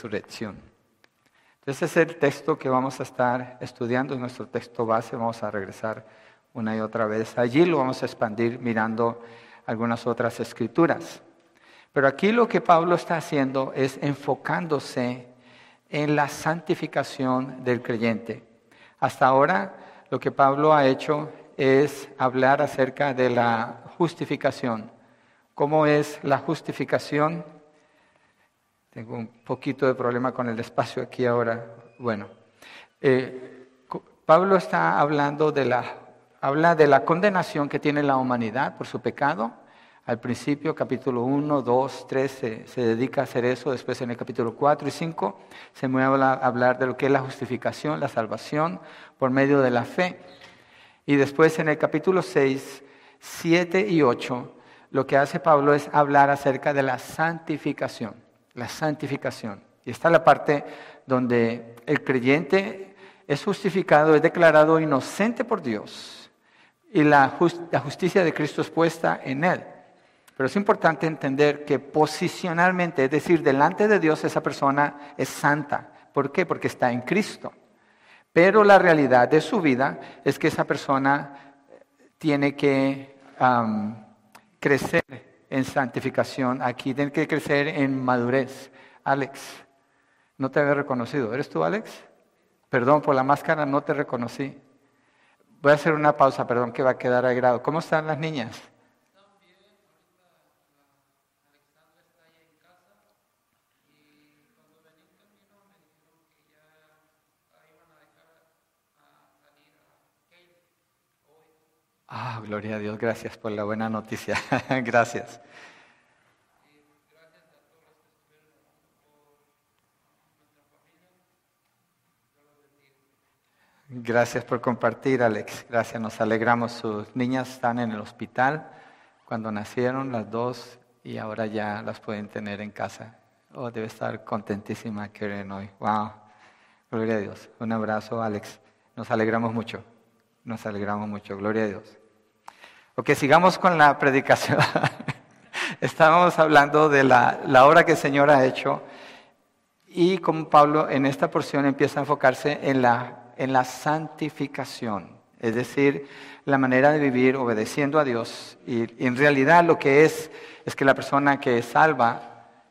resurrección. Entonces es el texto que vamos a estar estudiando, es nuestro texto base, vamos a regresar una y otra vez. Allí lo vamos a expandir mirando algunas otras escrituras. Pero aquí lo que Pablo está haciendo es enfocándose en la santificación del creyente. Hasta ahora lo que Pablo ha hecho es hablar acerca de la justificación. ¿Cómo es la justificación? Tengo un poquito de problema con el espacio aquí ahora. Bueno, Pablo está hablando habla de la condenación que tiene la humanidad por su pecado. Al principio, capítulo 1, 2, 3, se dedica a hacer eso. Después en el capítulo 4 y 5 se mueve a hablar de lo que es la justificación, la salvación por medio de la fe. Y después en el capítulo 6, 7 y 8, lo que hace Pablo es hablar acerca de la santificación. La santificación. Y está la parte donde el creyente es justificado, es declarado inocente por Dios. Y la justicia de Cristo es puesta en él. Pero es importante entender que posicionalmente, es decir, delante de Dios esa persona es santa. ¿Por qué? Porque está en Cristo. Pero la realidad de su vida es que esa persona tiene que crecer en santificación. Aquí tiene que crecer en madurez. Alex, no te había reconocido. ¿Eres tú, Alex? Perdón, por la máscara no te reconocí. Voy a hacer una pausa, perdón, que va a quedar a grado. ¿Cómo están las niñas? Ah, gloria a Dios, gracias por la buena noticia. Gracias. Gracias por compartir, Alex. Gracias, nos alegramos. Sus niñas están en el hospital cuando nacieron, las dos, y ahora ya las pueden tener en casa. Oh, debe estar contentísima Karen hoy. Wow, gloria a Dios. Un abrazo, Alex. Nos alegramos mucho. Nos alegramos mucho. Gloria a Dios. Ok, sigamos con la predicación. Estábamos hablando de la obra que el Señor ha hecho y como Pablo en esta porción empieza a enfocarse en la santificación, es decir, la manera de vivir obedeciendo a Dios. Y en realidad lo que es que la persona que es salva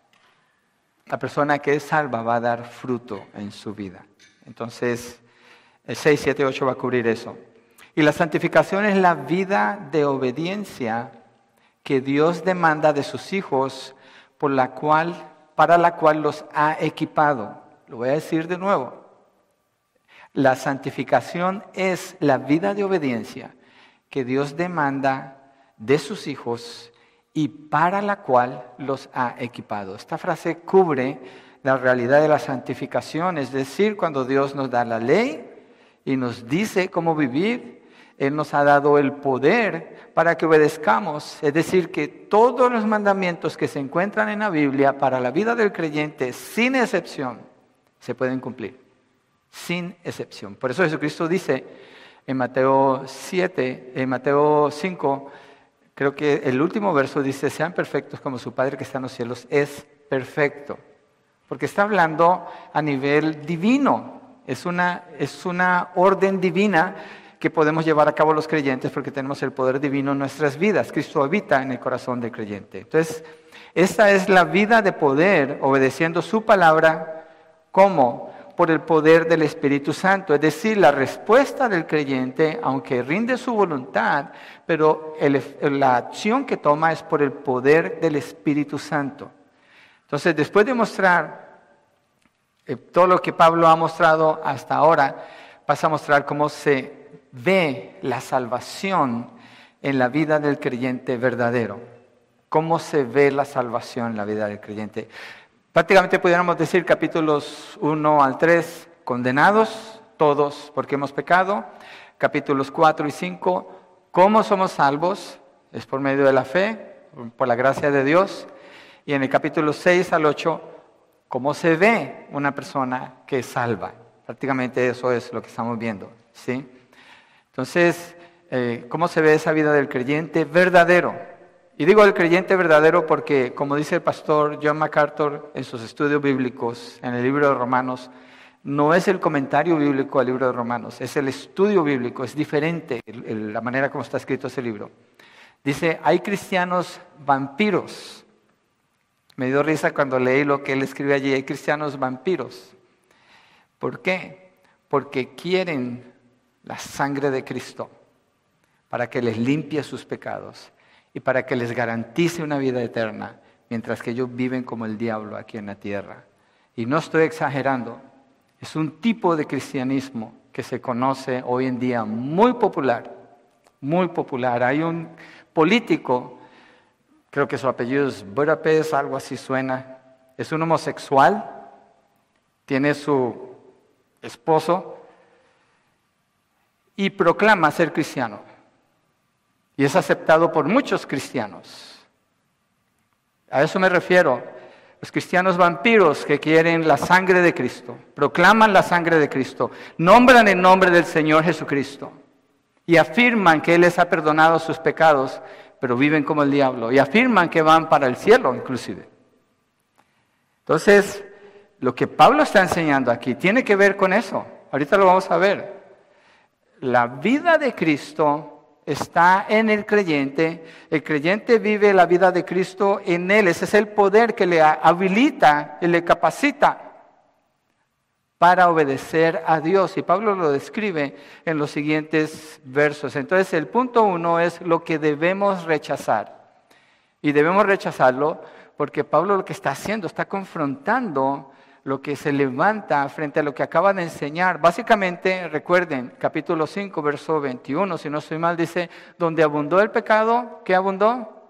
va a dar fruto en su vida. Entonces, el 6, 7, 8 va a cubrir eso. Y la santificación es la vida de obediencia que Dios demanda de sus hijos, para la cual los ha equipado. Lo voy a decir de nuevo. La santificación es la vida de obediencia que Dios demanda de sus hijos y para la cual los ha equipado. Esta frase cubre la realidad de la santificación, es decir, cuando Dios nos da la ley y nos dice cómo vivir, Él nos ha dado el poder para que obedezcamos. Es decir, que todos los mandamientos que se encuentran en la Biblia para la vida del creyente, sin excepción, se pueden cumplir. Sin excepción. Por eso Jesucristo dice en Mateo 5, creo que el último verso dice, sean perfectos como su Padre que está en los cielos es perfecto. Porque está hablando a nivel divino. Es una orden divina que podemos llevar a cabo los creyentes porque tenemos el poder divino en nuestras vidas. Cristo habita en el corazón del creyente. Entonces, esta es la vida de poder obedeciendo su palabra. ¿Cómo? Por el poder del Espíritu Santo. Es decir, la respuesta del creyente, aunque rinde su voluntad, pero la acción que toma es por el poder del Espíritu Santo. Entonces, después de mostrar todo lo que Pablo ha mostrado hasta ahora, pasa a mostrar cómo se ve la salvación en la vida del creyente verdadero. ¿Cómo se ve la salvación en la vida del creyente? Prácticamente pudiéramos decir capítulos 1 al 3, condenados todos porque hemos pecado. Capítulos 4 y 5, ¿cómo somos salvos? Es por medio de la fe, por la gracia de Dios. Y en el capítulo 6 al 8, ¿cómo se ve una persona que es salva? Prácticamente eso es lo que estamos viendo, ¿sí? Entonces, ¿cómo se ve esa vida del creyente verdadero? Y digo el creyente verdadero porque, como dice el pastor John MacArthur en sus estudios bíblicos, en el libro de Romanos, no es el comentario bíblico al libro de Romanos, es el estudio bíblico, es diferente la manera como está escrito ese libro. Dice, hay cristianos vampiros. Me dio risa cuando leí lo que él escribe allí, hay cristianos vampiros. ¿Por qué? Porque quieren la sangre de Cristo para que les limpie sus pecados y para que les garantice una vida eterna, mientras que ellos viven como el diablo aquí en la tierra. Y no estoy exagerando, es un tipo de cristianismo que se conoce hoy en día muy popular, muy popular. Hay un político, creo que su apellido es Budapest, algo así suena, es un homosexual, tiene su esposo y proclama ser cristiano. Y es aceptado por muchos cristianos. A eso me refiero. Los cristianos vampiros que quieren la sangre de Cristo, proclaman la sangre de Cristo, nombran el nombre del Señor Jesucristo y afirman que Él les ha perdonado sus pecados, pero viven como el diablo y afirman que van para el cielo inclusive. Entonces, lo que Pablo está enseñando aquí tiene que ver con eso. Ahorita lo vamos a ver. La vida de Cristo está en el creyente vive la vida de Cristo en él, ese es el poder que le habilita y le capacita para obedecer a Dios, y Pablo lo describe en los siguientes versos. Entonces el punto 1 es lo que debemos rechazar, y debemos rechazarlo porque Pablo lo que está haciendo, está confrontando lo que se levanta frente a lo que acaba de enseñar. Básicamente, recuerden, capítulo 5, verso 21, si no estoy mal, dice, donde abundó el pecado, ¿qué abundó?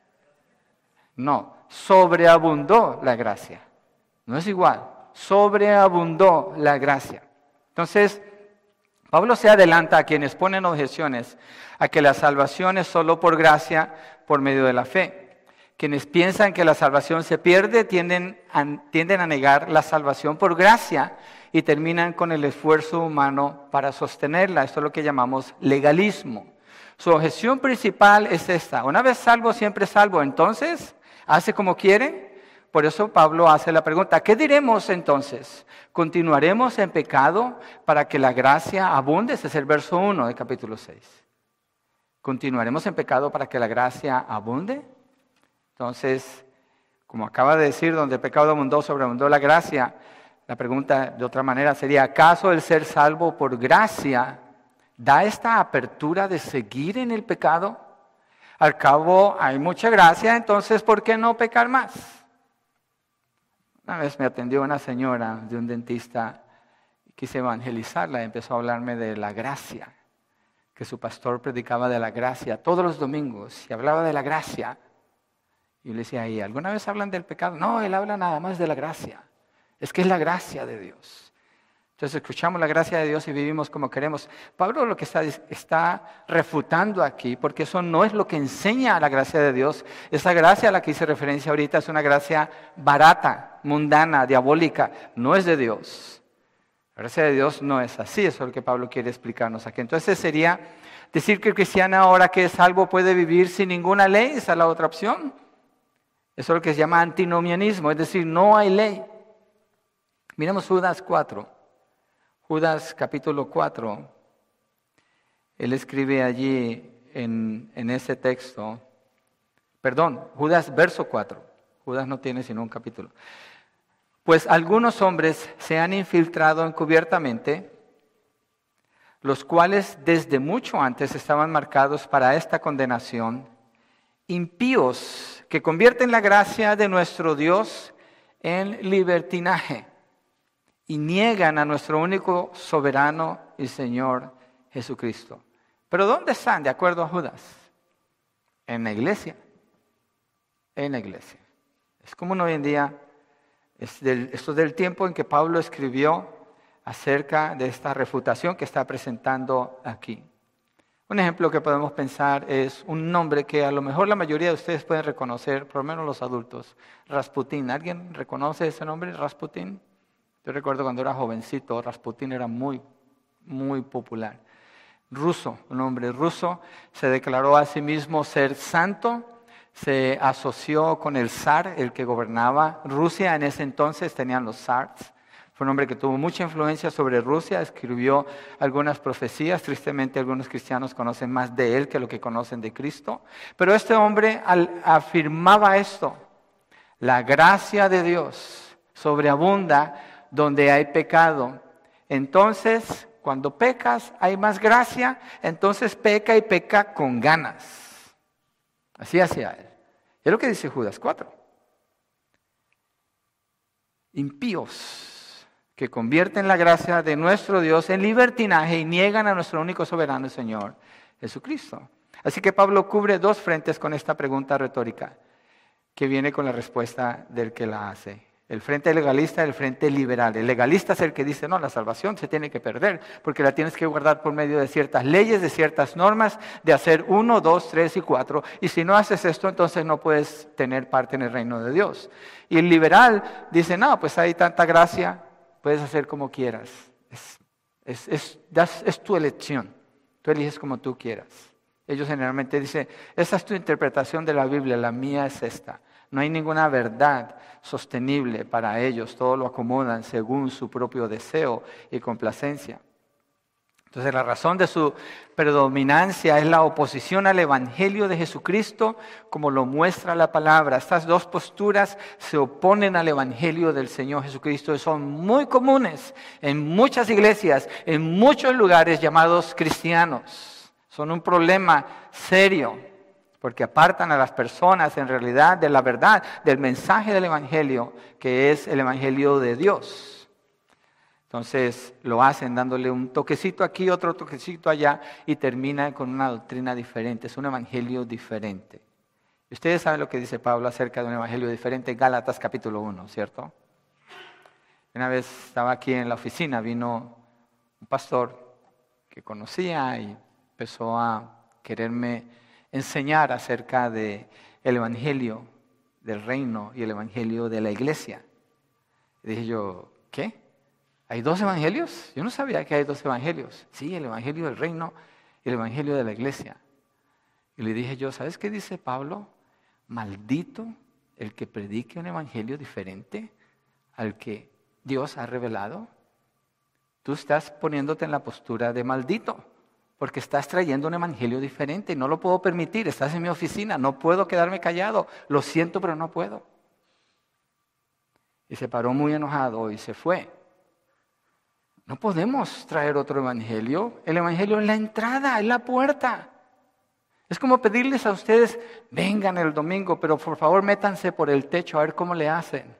No, sobreabundó la gracia. No es igual, sobreabundó la gracia. Entonces, Pablo se adelanta a quienes ponen objeciones a que la salvación es solo por gracia, por medio de la fe. Quienes piensan que la salvación se pierde tienden a negar la salvación por gracia y terminan con el esfuerzo humano para sostenerla. Esto es lo que llamamos legalismo. Su objeción principal es esta: una vez salvo, siempre salvo. Entonces, ¿hace como quieren? Por eso Pablo hace la pregunta, ¿qué diremos entonces? ¿Continuaremos en pecado para que la gracia abunde? Ese es el verso 1 del capítulo 6. ¿Continuaremos en pecado para que la gracia abunde? Entonces, como acaba de decir, donde el pecado abundó, sobreabundó la gracia, la pregunta de otra manera sería, ¿acaso el ser salvo por gracia da esta apertura de seguir en el pecado? Al cabo hay mucha gracia, entonces ¿por qué no pecar más? Una vez me atendió una señora de un dentista, quise evangelizarla y empezó a hablarme de la gracia, que su pastor predicaba de la gracia todos los domingos y hablaba de la gracia. Y yo le decía, ¿y alguna vez hablan del pecado? No, él habla nada más de la gracia. Es que es la gracia de Dios. Entonces escuchamos la gracia de Dios y vivimos como queremos. Pablo lo que está refutando aquí, porque eso no es lo que enseña la gracia de Dios. Esa gracia a la que hice referencia ahorita es una gracia barata, mundana, diabólica. No es de Dios. La gracia de Dios no es así. Eso es lo que Pablo quiere explicarnos aquí. Entonces sería decir que el cristiano ahora que es salvo puede vivir sin ninguna ley. Esa es la otra opción. Eso es lo que se llama antinomianismo, es decir, no hay ley. Miremos Judas 4. Judas capítulo 4. Él escribe allí en ese texto. Judas verso 4. Judas no tiene sino un capítulo. Pues algunos hombres se han infiltrado encubiertamente, los cuales desde mucho antes estaban marcados para esta condenación, impíos que convierten la gracia de nuestro Dios en libertinaje y niegan a nuestro único soberano y Señor Jesucristo. ¿Pero dónde están, de acuerdo a Judas? En la iglesia. En la iglesia. Es común hoy en día, esto es del tiempo en que Pablo escribió acerca de esta refutación que está presentando aquí. Un ejemplo que podemos pensar es un nombre que a lo mejor la mayoría de ustedes pueden reconocer, por lo menos los adultos, Rasputín. ¿Alguien reconoce ese nombre, Rasputín? Yo recuerdo cuando era jovencito, Rasputín era muy, muy popular. Ruso, un hombre ruso, se declaró a sí mismo ser santo, se asoció con el zar, el que gobernaba Rusia en ese entonces, tenían los zars. Fue un hombre que tuvo mucha influencia sobre Rusia, escribió algunas profecías. Tristemente, algunos cristianos conocen más de él que lo que conocen de Cristo. Pero este hombre afirmaba esto: la gracia de Dios sobreabunda donde hay pecado. Entonces, cuando pecas, hay más gracia, entonces peca y peca con ganas. Así hacía él. Es lo que dice Judas 4. Impíos que convierten la gracia de nuestro Dios en libertinaje y niegan a nuestro único soberano y Señor, Jesucristo. Así que Pablo cubre dos frentes con esta pregunta retórica, que viene con la respuesta del que la hace. El frente legalista y el frente liberal. El legalista es el que dice, no, la salvación se tiene que perder, porque la tienes que guardar por medio de ciertas leyes, de ciertas normas, de hacer 1, 2, 3 y 4. Y si no haces esto, entonces no puedes tener parte en el reino de Dios. Y el liberal dice, no, pues hay tanta gracia, puedes hacer como quieras. Es tu elección. Tú eliges como tú quieras. Ellos generalmente dicen, esta es tu interpretación de la Biblia, la mía es esta. No hay ninguna verdad sostenible para ellos, todo lo acomodan según su propio deseo y complacencia. Entonces la razón de su predominancia es la oposición al Evangelio de Jesucristo, como lo muestra la palabra. Estas dos posturas se oponen al Evangelio del Señor Jesucristo y son muy comunes en muchas iglesias, en muchos lugares llamados cristianos. Son un problema serio, porque apartan a las personas en realidad de la verdad, del mensaje del Evangelio, que es el Evangelio de Dios. Entonces lo hacen dándole un toquecito aquí, otro toquecito allá, y terminan con una doctrina diferente, es un Evangelio diferente. Y ustedes saben lo que dice Pablo acerca de un Evangelio diferente en Gálatas capítulo 1, ¿cierto? Una vez estaba aquí en la oficina, vino un pastor que conocía y empezó a quererme enseñar acerca del Evangelio del reino y el Evangelio de la iglesia. Y dije yo, ¿qué? ¿Hay dos evangelios? Yo no sabía que hay dos evangelios. Sí, el Evangelio del reino y el Evangelio de la iglesia. Y le dije yo, ¿sabes qué dice Pablo? Maldito el que predique un evangelio diferente al que Dios ha revelado. Tú estás poniéndote en la postura de maldito, porque estás trayendo un evangelio diferente y no lo puedo permitir. Estás en mi oficina, no puedo quedarme callado. Lo siento, pero no puedo. Y se paró muy enojado y se fue. No podemos traer otro evangelio. El evangelio es la entrada, es la puerta. Es como pedirles a ustedes, vengan el domingo, pero por favor métanse por el techo a ver cómo le hacen.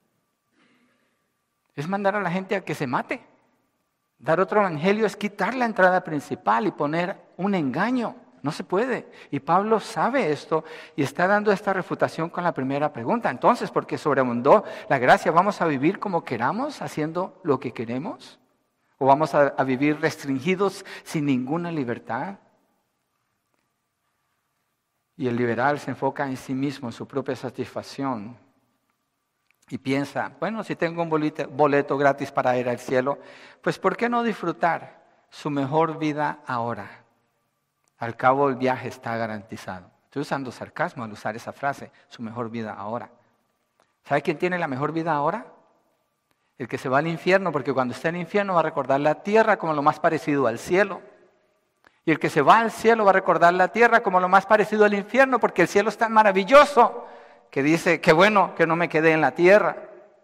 Es mandar a la gente a que se mate. Dar otro evangelio es quitar la entrada principal y poner un engaño. No se puede. Y Pablo sabe esto y está dando esta refutación con la primera pregunta. Entonces, ¿por qué sobreabundó la gracia? ¿Vamos a vivir como queramos, haciendo lo que queremos? ¿O vamos a vivir restringidos sin ninguna libertad? Y el liberal se enfoca en sí mismo, en su propia satisfacción. Y piensa, bueno, si tengo un boleto gratis para ir al cielo, pues ¿por qué no disfrutar su mejor vida ahora? Al cabo el viaje está garantizado. Estoy usando sarcasmo al usar esa frase, su mejor vida ahora. ¿Sabe quién tiene la mejor vida ahora? El que se va al infierno, porque cuando esté en el infierno va a recordar la tierra como lo más parecido al cielo. Y el que se va al cielo va a recordar la tierra como lo más parecido al infierno, porque el cielo es tan maravilloso que dice, qué bueno que no me quedé en la tierra.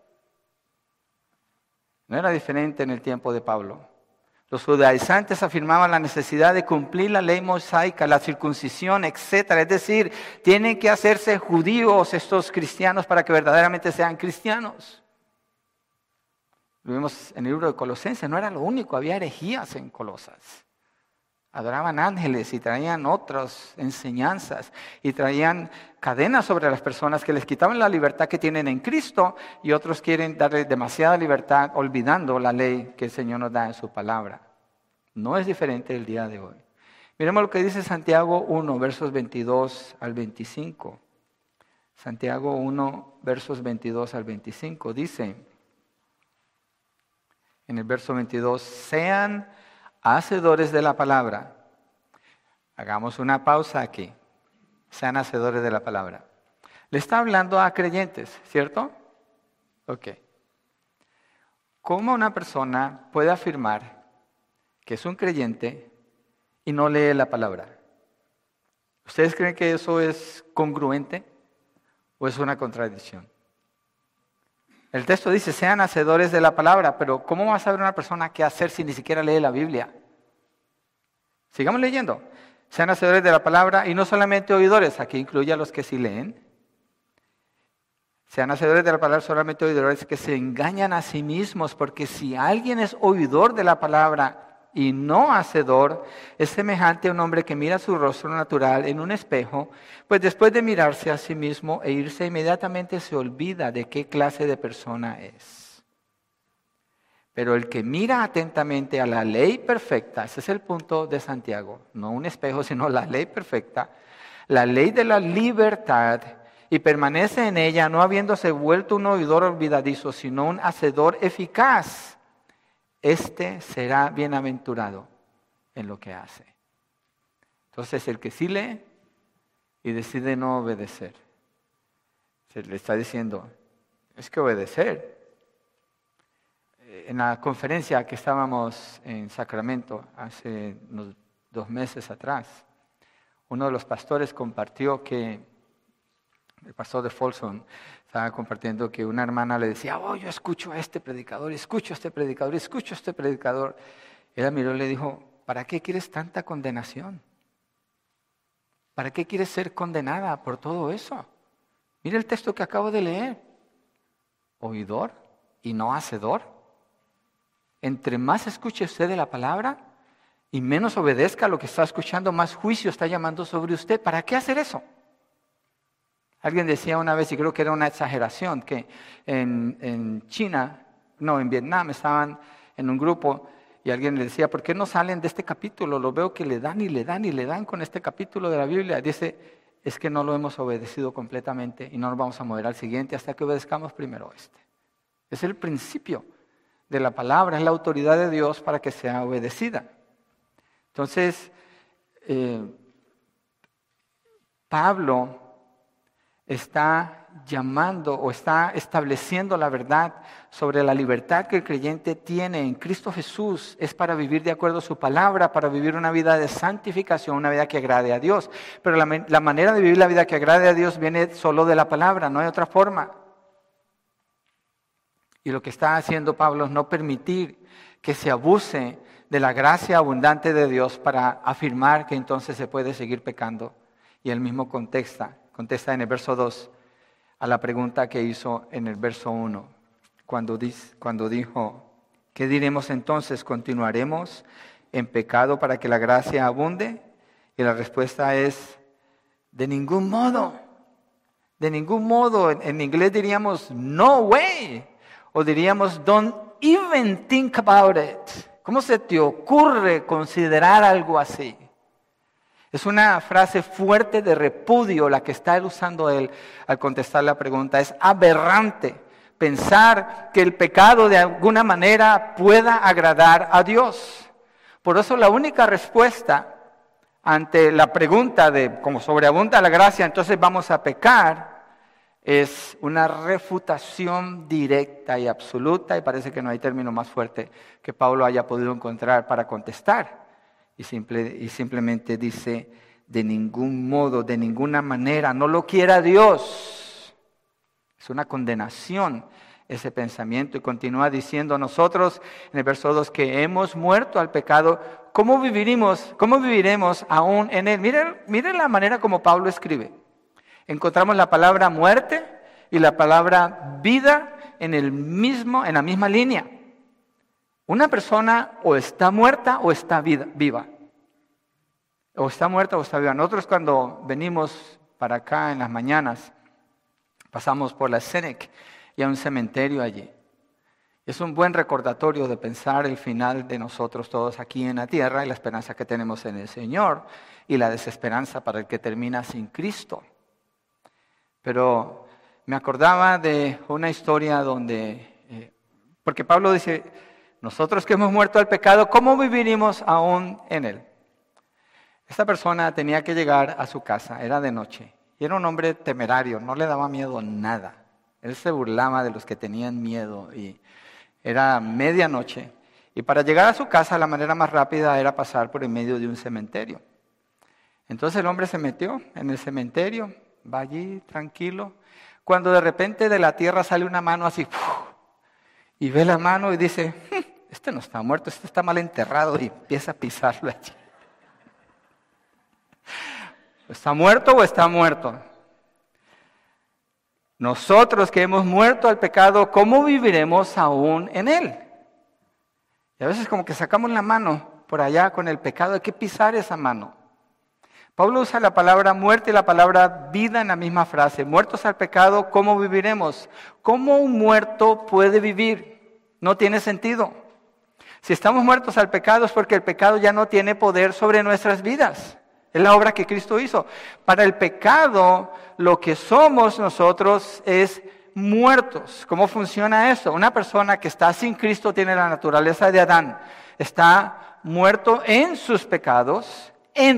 No era diferente en el tiempo de Pablo. Los judaizantes afirmaban la necesidad de cumplir la ley mosaica, la circuncisión, etc. Es decir, tienen que hacerse judíos estos cristianos para que verdaderamente sean cristianos. Lo vimos en el libro de Colosenses, no era lo único, había herejías en Colosas. Adoraban ángeles y traían otras enseñanzas y traían cadenas sobre las personas que les quitaban la libertad que tienen en Cristo, y otros quieren darle demasiada libertad olvidando la ley que el Señor nos da en su palabra. No es diferente el día de hoy. Miremos lo que dice Santiago 1, versos 22 al 25. Santiago 1, versos 22 al 25 dice, en el verso 22, sean hacedores de la palabra. Hagamos una pausa aquí. Sean hacedores de la palabra. Le está hablando a creyentes, ¿cierto? Ok. ¿Cómo una persona puede afirmar que es un creyente y no lee la palabra? ¿Ustedes creen que eso es congruente o es una contradicción? El texto dice, sean hacedores de la palabra, pero ¿cómo va a saber una persona qué hacer si ni siquiera lee la Biblia? Sigamos leyendo. Sean hacedores de la palabra y no solamente oidores, aquí incluye a los que sí leen. Sean hacedores de la palabra, solamente oidores que se engañan a sí mismos, porque si alguien es oidor de la palabra y no hacedor, es semejante a un hombre que mira su rostro natural en un espejo, pues después de mirarse a sí mismo e irse inmediatamente se olvida de qué clase de persona es. Pero el que mira atentamente a la ley perfecta, ese es el punto de Santiago, no un espejo, sino la ley perfecta, la ley de la libertad, y permanece en ella, no habiéndose vuelto un oidor olvidadizo, sino un hacedor eficaz, este será bienaventurado en lo que hace. Entonces, el que sí lee y decide no obedecer, se le está diciendo, es que obedecer. En la conferencia que estábamos en Sacramento hace unos 2 meses atrás, uno de los pastores compartió que el pastor de Folsom estaba compartiendo que una hermana le decía, oh, yo escucho a este predicador, escucho a este predicador, escucho a este predicador. Ella miró y le dijo, ¿para qué quieres tanta condenación? ¿Para qué quieres ser condenada por todo eso? Mire el texto que acabo de leer. Oidor y no hacedor. Entre más escuche usted de la palabra y menos obedezca a lo que está escuchando, más juicio está llamando sobre usted. ¿Para qué hacer eso? Alguien decía una vez, y creo que era una exageración, que en Vietnam estaban en un grupo y alguien le decía, ¿por qué no salen de este capítulo? Lo veo que le dan y le dan y le dan con este capítulo de la Biblia. Dice, es que no lo hemos obedecido completamente y no nos vamos a mover al siguiente hasta que obedezcamos primero este. Es el principio de la palabra, es la autoridad de Dios para que sea obedecida. Entonces, Pablo está llamando o está estableciendo la verdad sobre la libertad que el creyente tiene en Cristo Jesús. Es para vivir de acuerdo a su palabra, para vivir una vida de santificación, una vida que agrade a Dios. Pero la manera de vivir la vida que agrade a Dios viene solo de la palabra, no hay otra forma. Y lo que está haciendo Pablo es no permitir que se abuse de la gracia abundante de Dios para afirmar que entonces se puede seguir pecando. Y él mismo contesta en el verso 2 a la pregunta que hizo en el verso 1, cuando dijo, ¿qué diremos entonces? ¿Continuaremos en pecado para que la gracia abunde? Y la respuesta es, de ningún modo. De ningún modo. En inglés diríamos, no way. O diríamos, don't even think about it. ¿Cómo se te ocurre considerar algo así? Es una frase fuerte de repudio la que está usando él al contestar la pregunta. Es aberrante pensar que el pecado de alguna manera pueda agradar a Dios. Por eso la única respuesta ante la pregunta de como sobreabunda la gracia, entonces vamos a pecar, es una refutación directa y absoluta, y parece que no hay término más fuerte que Pablo haya podido encontrar para contestar. Y simplemente dice, de ningún modo, de ninguna manera, no lo quiera Dios. Es una condenación ese pensamiento. Y continúa diciendo nosotros en el verso 2 que hemos muerto al pecado. ¿Cómo viviremos aún en él? Miren la manera como Pablo escribe. Encontramos la palabra muerte y la palabra vida en la misma línea. Una persona o está muerta o está viva. O está muerta o está viva. Nosotros cuando venimos para acá en las mañanas, pasamos por la Senec y hay un cementerio allí. Es un buen recordatorio de pensar el final de nosotros todos aquí en la tierra y la esperanza que tenemos en el Señor y la desesperanza para el que termina sin Cristo. Pero me acordaba de una historia porque Pablo dice, nosotros que hemos muerto al pecado, ¿cómo viviremos aún en él? Esta persona tenía que llegar a su casa, era de noche, Y era un hombre temerario, no le daba miedo nada. Él se burlaba de los que tenían miedo y era medianoche. Y para llegar a su casa la manera más rápida era pasar por en medio de un cementerio. Entonces el hombre se metió en el cementerio, va allí tranquilo, cuando de repente de la tierra sale una mano así, ¡puf! Y ve la mano y dice, este no está muerto, este está mal enterrado, y empieza a pisarlo allí. ¿Está muerto o está muerto? Nosotros que hemos muerto al pecado, ¿cómo viviremos aún en él? Y a veces como que sacamos la mano por allá con el pecado, hay que pisar esa mano. Pablo usa la palabra muerte y la palabra vida en la misma frase. Muertos al pecado, ¿cómo viviremos? ¿Cómo un muerto puede vivir? No tiene sentido. Si estamos muertos al pecado es porque el pecado ya no tiene poder sobre nuestras vidas. Es la obra que Cristo hizo. Para el pecado, lo que somos nosotros es muertos. ¿Cómo funciona eso? Una persona que está sin Cristo tiene la naturaleza de Adán. Está muerto en sus pecados,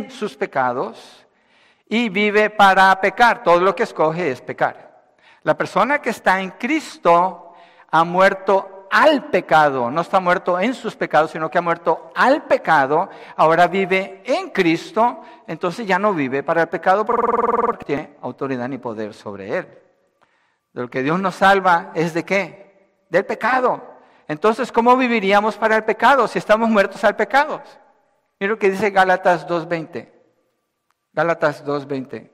y vive para pecar. Todo lo que escoge es pecar. La persona que está en Cristo ha muerto al pecado. No está muerto en sus pecados, sino que ha muerto al pecado. Ahora vive en Cristo, entonces ya no vive para el pecado porque tiene autoridad ni poder sobre él. De lo que Dios nos salva es ¿de qué? Del pecado. Entonces, ¿cómo viviríamos para el pecado si estamos muertos al pecado? Mira lo que dice Gálatas 2:20. Gálatas 2:20.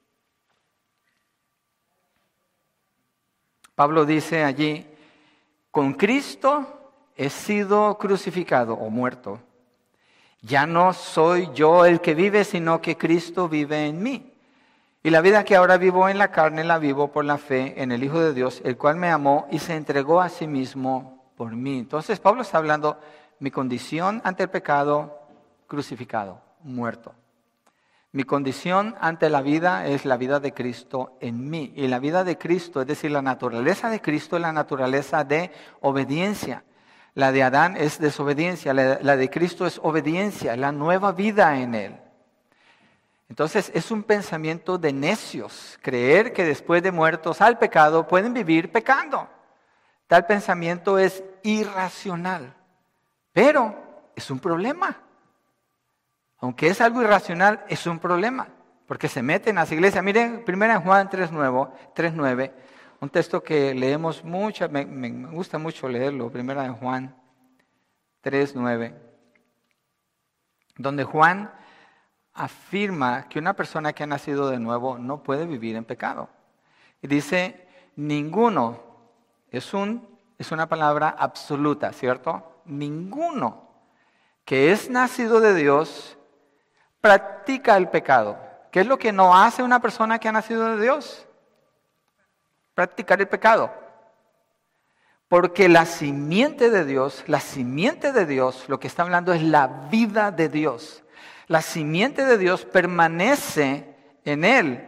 Pablo dice allí, con Cristo he sido crucificado o muerto. Ya no soy yo el que vive, sino que Cristo vive en mí. Y la vida que ahora vivo en la carne, la vivo por la fe en el Hijo de Dios, el cual me amó y se entregó a sí mismo por mí. Entonces Pablo está hablando mi condición ante el pecado, crucificado, muerto. Mi condición ante la vida es la vida de Cristo en mí. Y la vida de Cristo, es decir, la naturaleza de Cristo es la naturaleza de obediencia. La de Adán es desobediencia, la de Cristo es obediencia, la nueva vida en él. Entonces es un pensamiento de necios, creer que después de muertos al pecado pueden vivir pecando. Tal pensamiento es irracional, pero es un problema. Aunque es algo irracional, es un problema, porque se meten a las iglesias. Miren, 1 Juan 3:9, un texto que leemos mucho, me gusta mucho leerlo, 1 Juan 3:9, donde Juan afirma que una persona que ha nacido de nuevo no puede vivir en pecado. Y dice, ninguno, es una palabra absoluta, ¿cierto? Ninguno que es nacido de Dios practica el pecado. ¿Qué es lo que no hace una persona que ha nacido de Dios? Practicar el pecado. Porque la simiente de Dios, lo que está hablando es la vida de Dios. La simiente de Dios permanece en él,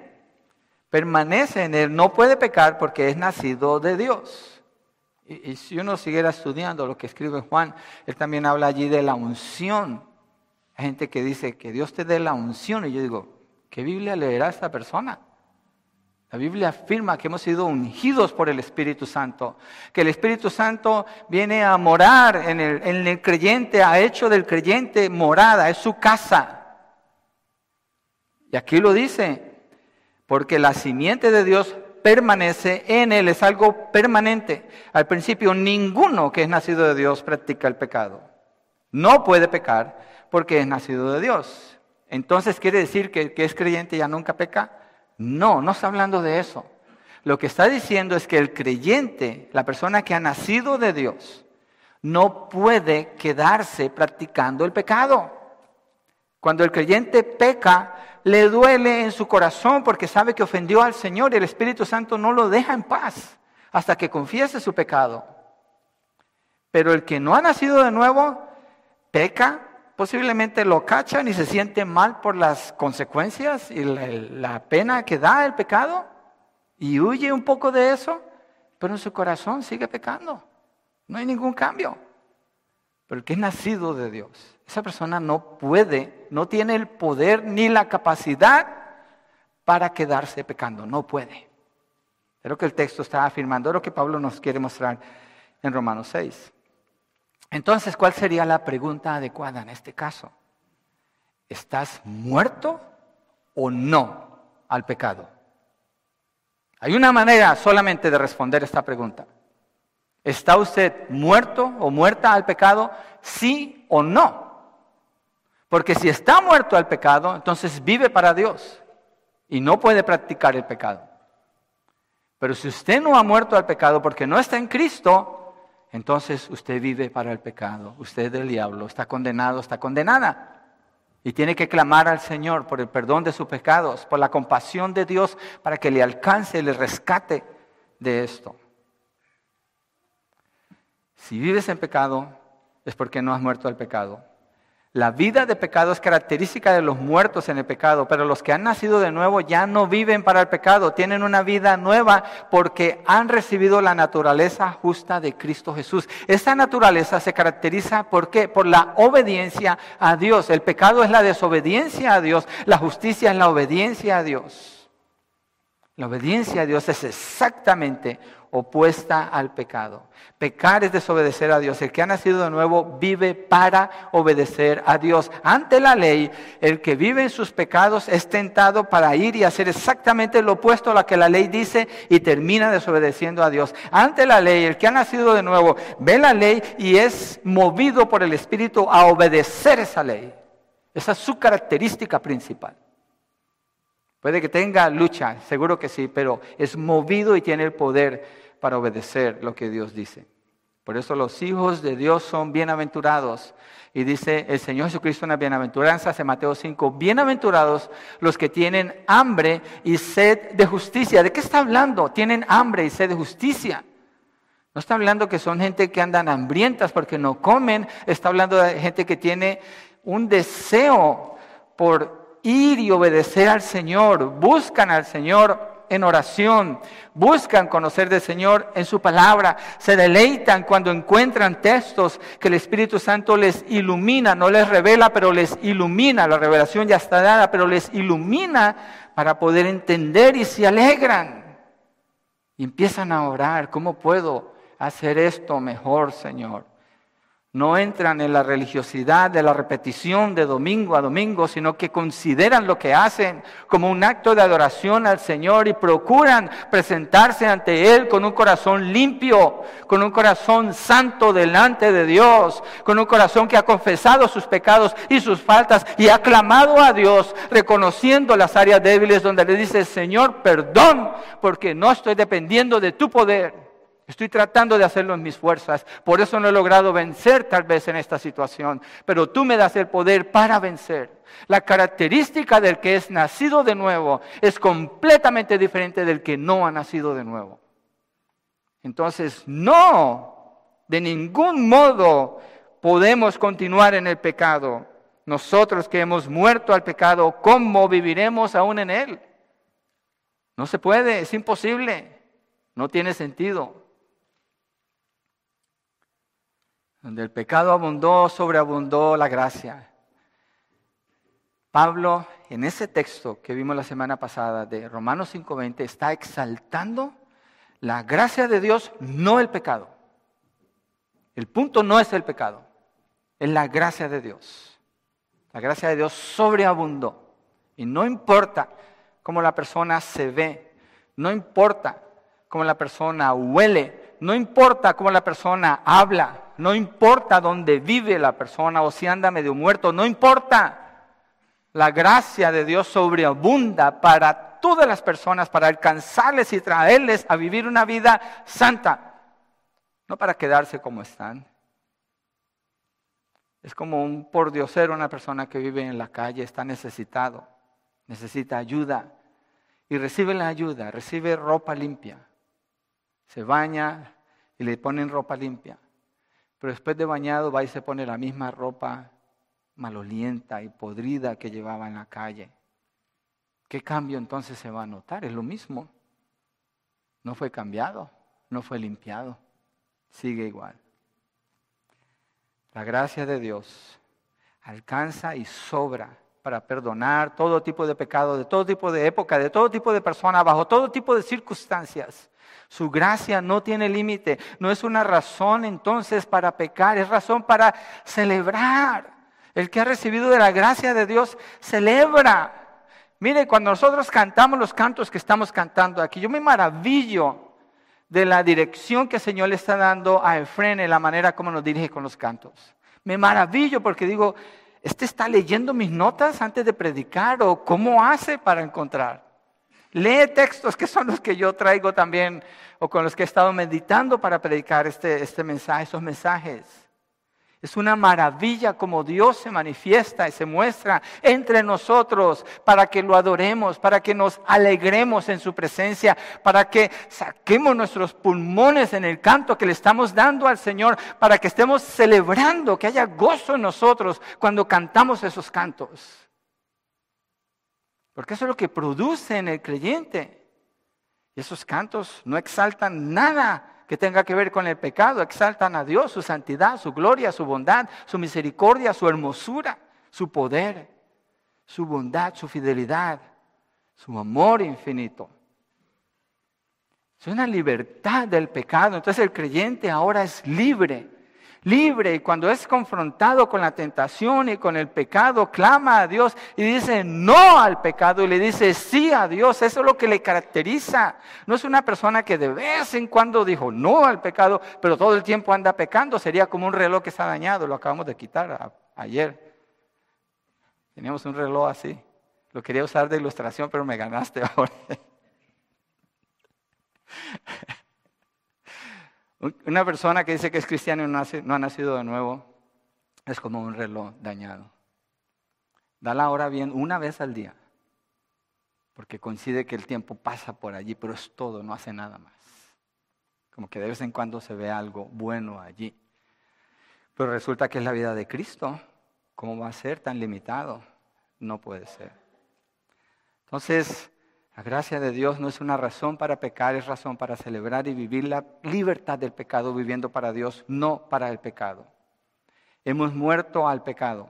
no puede pecar porque es nacido de Dios. Y si uno siguiera estudiando lo que escribe Juan, él también habla allí de la unción. Hay gente que dice que Dios te dé la unción, y yo digo, ¿qué Biblia leerá esta persona? La Biblia afirma que hemos sido ungidos por el Espíritu Santo, que el Espíritu Santo viene a morar en el creyente, ha hecho del creyente morada, es su casa. Y aquí lo dice, porque la simiente de Dios permanece en él, es algo permanente. Al principio, ninguno que es nacido de Dios practica el pecado. No puede pecar porque es nacido de Dios. Entonces, ¿quiere decir que es creyente y ya nunca peca? No está hablando de eso. Lo que está diciendo es que el creyente, la persona que ha nacido de Dios, no puede quedarse practicando el pecado. Cuando el creyente peca, le duele en su corazón porque sabe que ofendió al Señor y el Espíritu Santo no lo deja en paz hasta que confiese su pecado. Pero el que no ha nacido de nuevo, peca, posiblemente lo cachan y se siente mal por las consecuencias y la pena que da el pecado y huye un poco de eso, pero en su corazón sigue pecando. No hay ningún cambio. Pero el que es nacido de Dios, esa persona no puede, no tiene el poder ni la capacidad para quedarse pecando. No puede. Es lo que el texto está afirmando, es lo que Pablo nos quiere mostrar en Romanos 6. Entonces, ¿cuál sería la pregunta adecuada en este caso? ¿Estás muerto o no al pecado? Hay una manera solamente de responder esta pregunta. ¿Está usted muerto o muerta al pecado? ¿Sí o no? Porque si está muerto al pecado, entonces vive para Dios y no puede practicar el pecado. Pero si usted no ha muerto al pecado porque no está en Cristo, entonces usted vive para el pecado. Usted es del diablo, está condenado, está condenada. Y tiene que clamar al Señor por el perdón de sus pecados, por la compasión de Dios, para que le alcance y le rescate de esto. Si vives en pecado, es porque no has muerto al pecado. La vida de pecado es característica de los muertos en el pecado, pero los que han nacido de nuevo ya no viven para el pecado, tienen una vida nueva porque han recibido la naturaleza justa de Cristo Jesús. Esta naturaleza se caracteriza ¿por qué? Por la obediencia a Dios. El pecado es la desobediencia a Dios, la justicia es la obediencia a Dios. La obediencia a Dios es exactamente opuesta al pecado. Pecar es desobedecer a Dios. El que ha nacido de nuevo vive para obedecer a Dios. Ante la ley, el que vive en sus pecados es tentado para ir y hacer exactamente lo opuesto a lo que la ley dice y termina desobedeciendo a Dios. Ante la ley, el que ha nacido de nuevo ve la ley y es movido por el Espíritu a obedecer esa ley. Esa es su característica principal. Puede que tenga lucha, seguro que sí, pero es movido y tiene el poder para obedecer lo que Dios dice. Por eso los hijos de Dios son bienaventurados. Y dice el Señor Jesucristo en las bienaventuranzas en Mateo 5, bienaventurados los que tienen hambre y sed de justicia. ¿De qué está hablando? Tienen hambre y sed de justicia. No está hablando que son gente que andan hambrientas porque no comen. Está hablando de gente que tiene un deseo por ir y obedecer al Señor. Buscan al Señor en oración, buscan conocer del Señor en su palabra, se deleitan cuando encuentran textos que el Espíritu Santo les ilumina, no les revela, pero les ilumina, la revelación ya está dada, pero les ilumina para poder entender y se alegran. Y empiezan a orar, ¿cómo puedo hacer esto mejor, Señor? No entran en la religiosidad de la repetición de domingo a domingo, sino que consideran lo que hacen como un acto de adoración al Señor y procuran presentarse ante Él con un corazón limpio, con un corazón santo delante de Dios, con un corazón que ha confesado sus pecados y sus faltas y ha clamado a Dios, reconociendo las áreas débiles donde le dice, Señor, perdón, porque no estoy dependiendo de tu poder. Estoy tratando de hacerlo en mis fuerzas, por eso no he logrado vencer tal vez en esta situación, pero tú me das el poder para vencer. La característica del que es nacido de nuevo es completamente diferente del que no ha nacido de nuevo. Entonces, no, de ningún modo podemos continuar en el pecado. Nosotros que hemos muerto al pecado, ¿cómo viviremos aún en él? No se puede, es imposible, no tiene sentido. Donde el pecado abundó, sobreabundó la gracia. Pablo, en ese texto que vimos la semana pasada de Romanos 5:20, está exaltando la gracia de Dios, no el pecado. El punto no es el pecado, es la gracia de Dios. La gracia de Dios sobreabundó. Y no importa cómo la persona se ve, no importa cómo la persona huele, no importa cómo la persona habla, no importa dónde vive la persona o si anda medio muerto, no importa. La gracia de Dios sobreabunda para todas las personas, para alcanzarles y traerles a vivir una vida santa. No para quedarse como están. Es como un pordiosero, una persona que vive en la calle, está necesitado, necesita ayuda y recibe la ayuda, recibe ropa limpia. Se baña y le ponen ropa limpia. Pero después de bañado va y se pone la misma ropa malolienta y podrida que llevaba en la calle. ¿Qué cambio entonces se va a notar? Es lo mismo. No fue cambiado, no fue limpiado. Sigue igual. La gracia de Dios alcanza y sobra para perdonar todo tipo de pecado, de todo tipo de época, de todo tipo de persona, bajo todo tipo de circunstancias. Su gracia no tiene límite, no es una razón entonces para pecar, es razón para celebrar. El que ha recibido de la gracia de Dios celebra. Mire, cuando nosotros cantamos los cantos que estamos cantando aquí, yo me maravillo de la dirección que el Señor le está dando a Efrén en la manera como nos dirige con los cantos. Me maravillo porque digo, ¿este está leyendo mis notas antes de predicar o cómo hace para encontrar? Lee textos que son los que yo traigo también o con los que he estado meditando para predicar este mensaje, esos mensajes. Es una maravilla como Dios se manifiesta y se muestra entre nosotros para que lo adoremos, para que nos alegremos en su presencia, para que saquemos nuestros pulmones en el canto que le estamos dando al Señor, para que estemos celebrando, que haya gozo en nosotros cuando cantamos esos cantos. Porque eso es lo que produce en el creyente. Y esos cantos no exaltan nada que tenga que ver con el pecado, exaltan a Dios, su santidad, su gloria, su bondad, su misericordia, su hermosura, su poder, su bondad, su fidelidad, su amor infinito. Es una libertad del pecado. Entonces el creyente ahora es libre, y cuando es confrontado con la tentación y con el pecado, clama a Dios y dice no al pecado y le dice sí a Dios. Eso es lo que le caracteriza. No es una persona que de vez en cuando dijo no al pecado, pero todo el tiempo anda pecando. Sería como un reloj que está dañado, lo acabamos de quitar ayer. Teníamos un reloj así. Lo quería usar de ilustración, pero me ganaste ahora. Una persona que dice que es cristiano y no ha nacido de nuevo es como un reloj dañado. Da la hora bien una vez al día, porque coincide que el tiempo pasa por allí, pero es todo, no hace nada más. Como que de vez en cuando se ve algo bueno allí. Pero resulta que es la vida de Cristo. ¿Cómo va a ser tan limitado? No puede ser. Entonces, la gracia de Dios no es una razón para pecar, es razón para celebrar y vivir la libertad del pecado, viviendo para Dios, no para el pecado. Hemos muerto al pecado.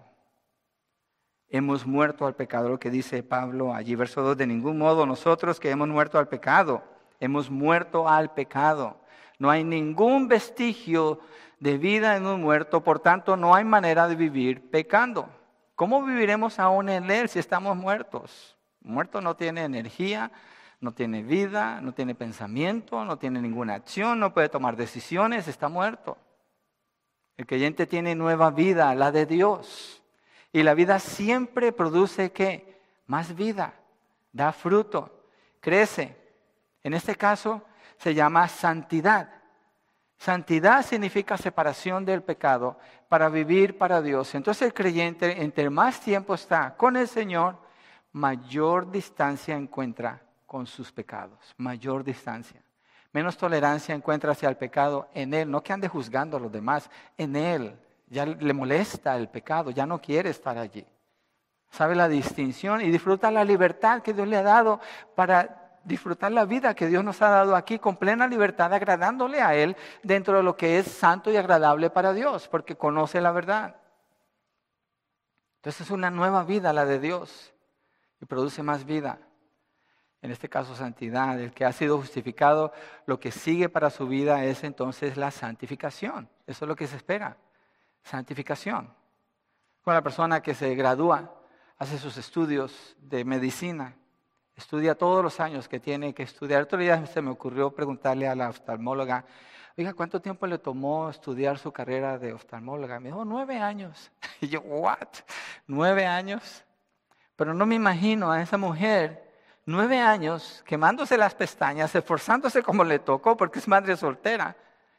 Hemos muerto al pecado, lo que dice Pablo allí, verso 2, de ningún modo nosotros que hemos muerto al pecado, hemos muerto al pecado. No hay ningún vestigio de vida en un muerto, por tanto no hay manera de vivir pecando. ¿Cómo viviremos aún en él si estamos muertos? Muerto no tiene energía, no tiene vida, no tiene pensamiento, no tiene ninguna acción, no puede tomar decisiones, está muerto. El creyente tiene nueva vida, la de Dios. Y la vida siempre produce ¿qué? Más vida, da fruto, crece. En este caso se llama santidad. Santidad significa separación del pecado para vivir para Dios. Entonces el creyente, entre más tiempo está con el Señor, mayor distancia encuentra con sus pecados, mayor distancia. Menos tolerancia encuentra hacia el pecado en él, no que ande juzgando a los demás, en él. Ya le molesta el pecado, ya no quiere estar allí. Sabe la distinción y disfruta la libertad que Dios le ha dado para disfrutar la vida que Dios nos ha dado aquí con plena libertad, agradándole a Él dentro de lo que es santo y agradable para Dios, porque conoce la verdad. Entonces es una nueva vida la de Dios. Y produce más vida, en este caso santidad. El que ha sido justificado, lo que sigue para su vida es entonces la santificación. Eso es lo que se espera, santificación. Con la persona que se gradúa, hace sus estudios de medicina, estudia todos los años que tiene que estudiar. Otro día se me ocurrió preguntarle a la oftalmóloga, oiga, ¿cuánto tiempo le tomó estudiar su carrera de oftalmóloga? Me dijo, 9 años. Y yo, ¿what? ¿9 años? Pero no me imagino a esa mujer, 9 años, quemándose las pestañas, esforzándose como le tocó, porque es madre soltera,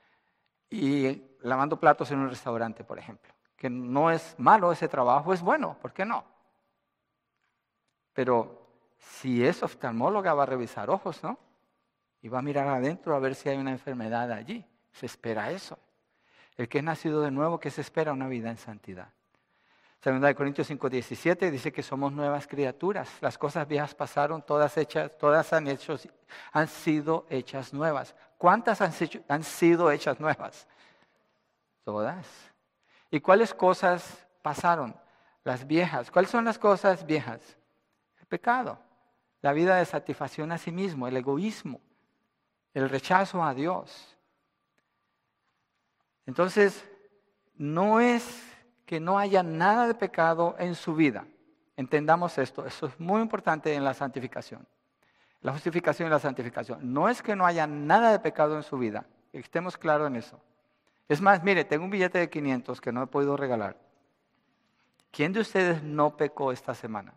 y lavando platos en un restaurante, por ejemplo. Que no es malo ese trabajo, es bueno, ¿por qué no? Pero si es oftalmóloga, va a revisar ojos, ¿no? Y va a mirar adentro a ver si hay una enfermedad allí. Se espera eso. El que es nacido de nuevo, ¿qué se espera? Una vida en santidad. Segunda de Corintios 5:17 dice que somos nuevas criaturas. Las cosas viejas pasaron, todas han sido hechas nuevas. ¿Cuántas han sido hechas nuevas? Todas. ¿Y cuáles cosas pasaron? las viejas. ¿Cuáles son las cosas viejas? El pecado, la vida de satisfacción a sí mismo, el egoísmo, el rechazo a Dios. Entonces, no es que no haya nada de pecado en su vida. Entendamos esto, eso es muy importante en la santificación. La justificación y la santificación. No es que no haya nada de pecado en su vida, estemos claros en eso. Es más, mire, tengo un billete de 500 que no he podido regalar. ¿Quién de ustedes no pecó esta semana?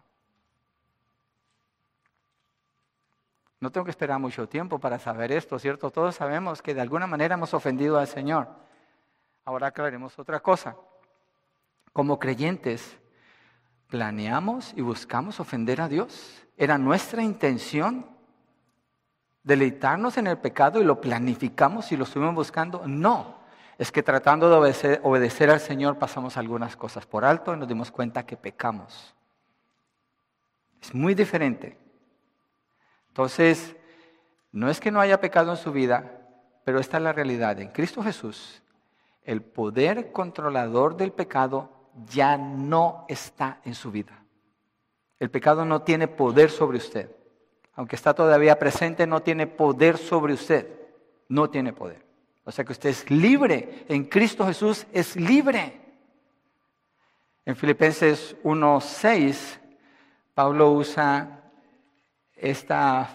No tengo que esperar mucho tiempo para saber esto, ¿cierto? Todos sabemos que de alguna manera hemos ofendido al Señor. Ahora aclaremos otra cosa. Como creyentes, ¿planeamos y buscamos ofender a Dios? ¿Era nuestra intención deleitarnos en el pecado y lo planificamos y lo estuvimos buscando? No, es que tratando de obedecer al Señor pasamos algunas cosas por alto y nos dimos cuenta que pecamos. Es muy diferente. Entonces, no es que no haya pecado en su vida, pero esta es la realidad. En Cristo Jesús, el poder controlador del pecado ya no está en su vida. El pecado no tiene poder sobre usted. Aunque está todavía presente, no tiene poder sobre usted. No tiene poder. O sea que usted es libre. En Cristo Jesús es libre. En Filipenses 1:6, Pablo usa esta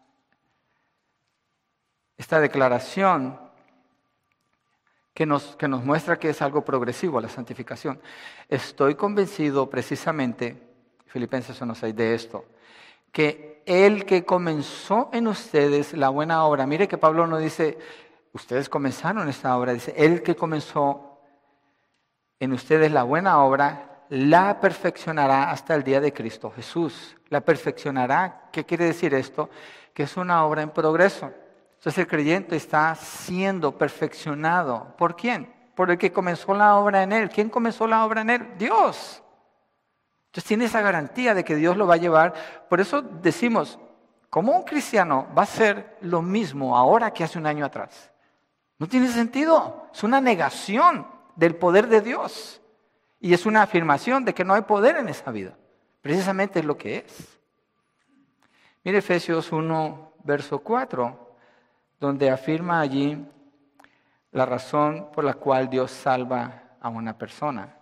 declaración que nos muestra que es algo progresivo, la santificación. Estoy convencido precisamente, Filipenses 1:6, de esto, que el que comenzó en ustedes la buena obra, mire que Pablo no dice, ustedes comenzaron esta obra, dice, el que comenzó en ustedes la buena obra, la perfeccionará hasta el día de Cristo Jesús. La perfeccionará, ¿qué quiere decir esto? Que es una obra en progreso. Entonces el creyente está siendo perfeccionado. ¿Por quién? Por el que comenzó la obra en él. ¿Quién comenzó la obra en él? Dios. Entonces tiene esa garantía de que Dios lo va a llevar. Por eso decimos, ¿cómo un cristiano va a hacer lo mismo ahora que hace un año atrás? No tiene sentido. Es una negación del poder de Dios. Y es una afirmación de que no hay poder en esa vida. Precisamente es lo que es. Mire Efesios 1, verso 4, donde afirma allí la razón por la cual Dios salva a una persona.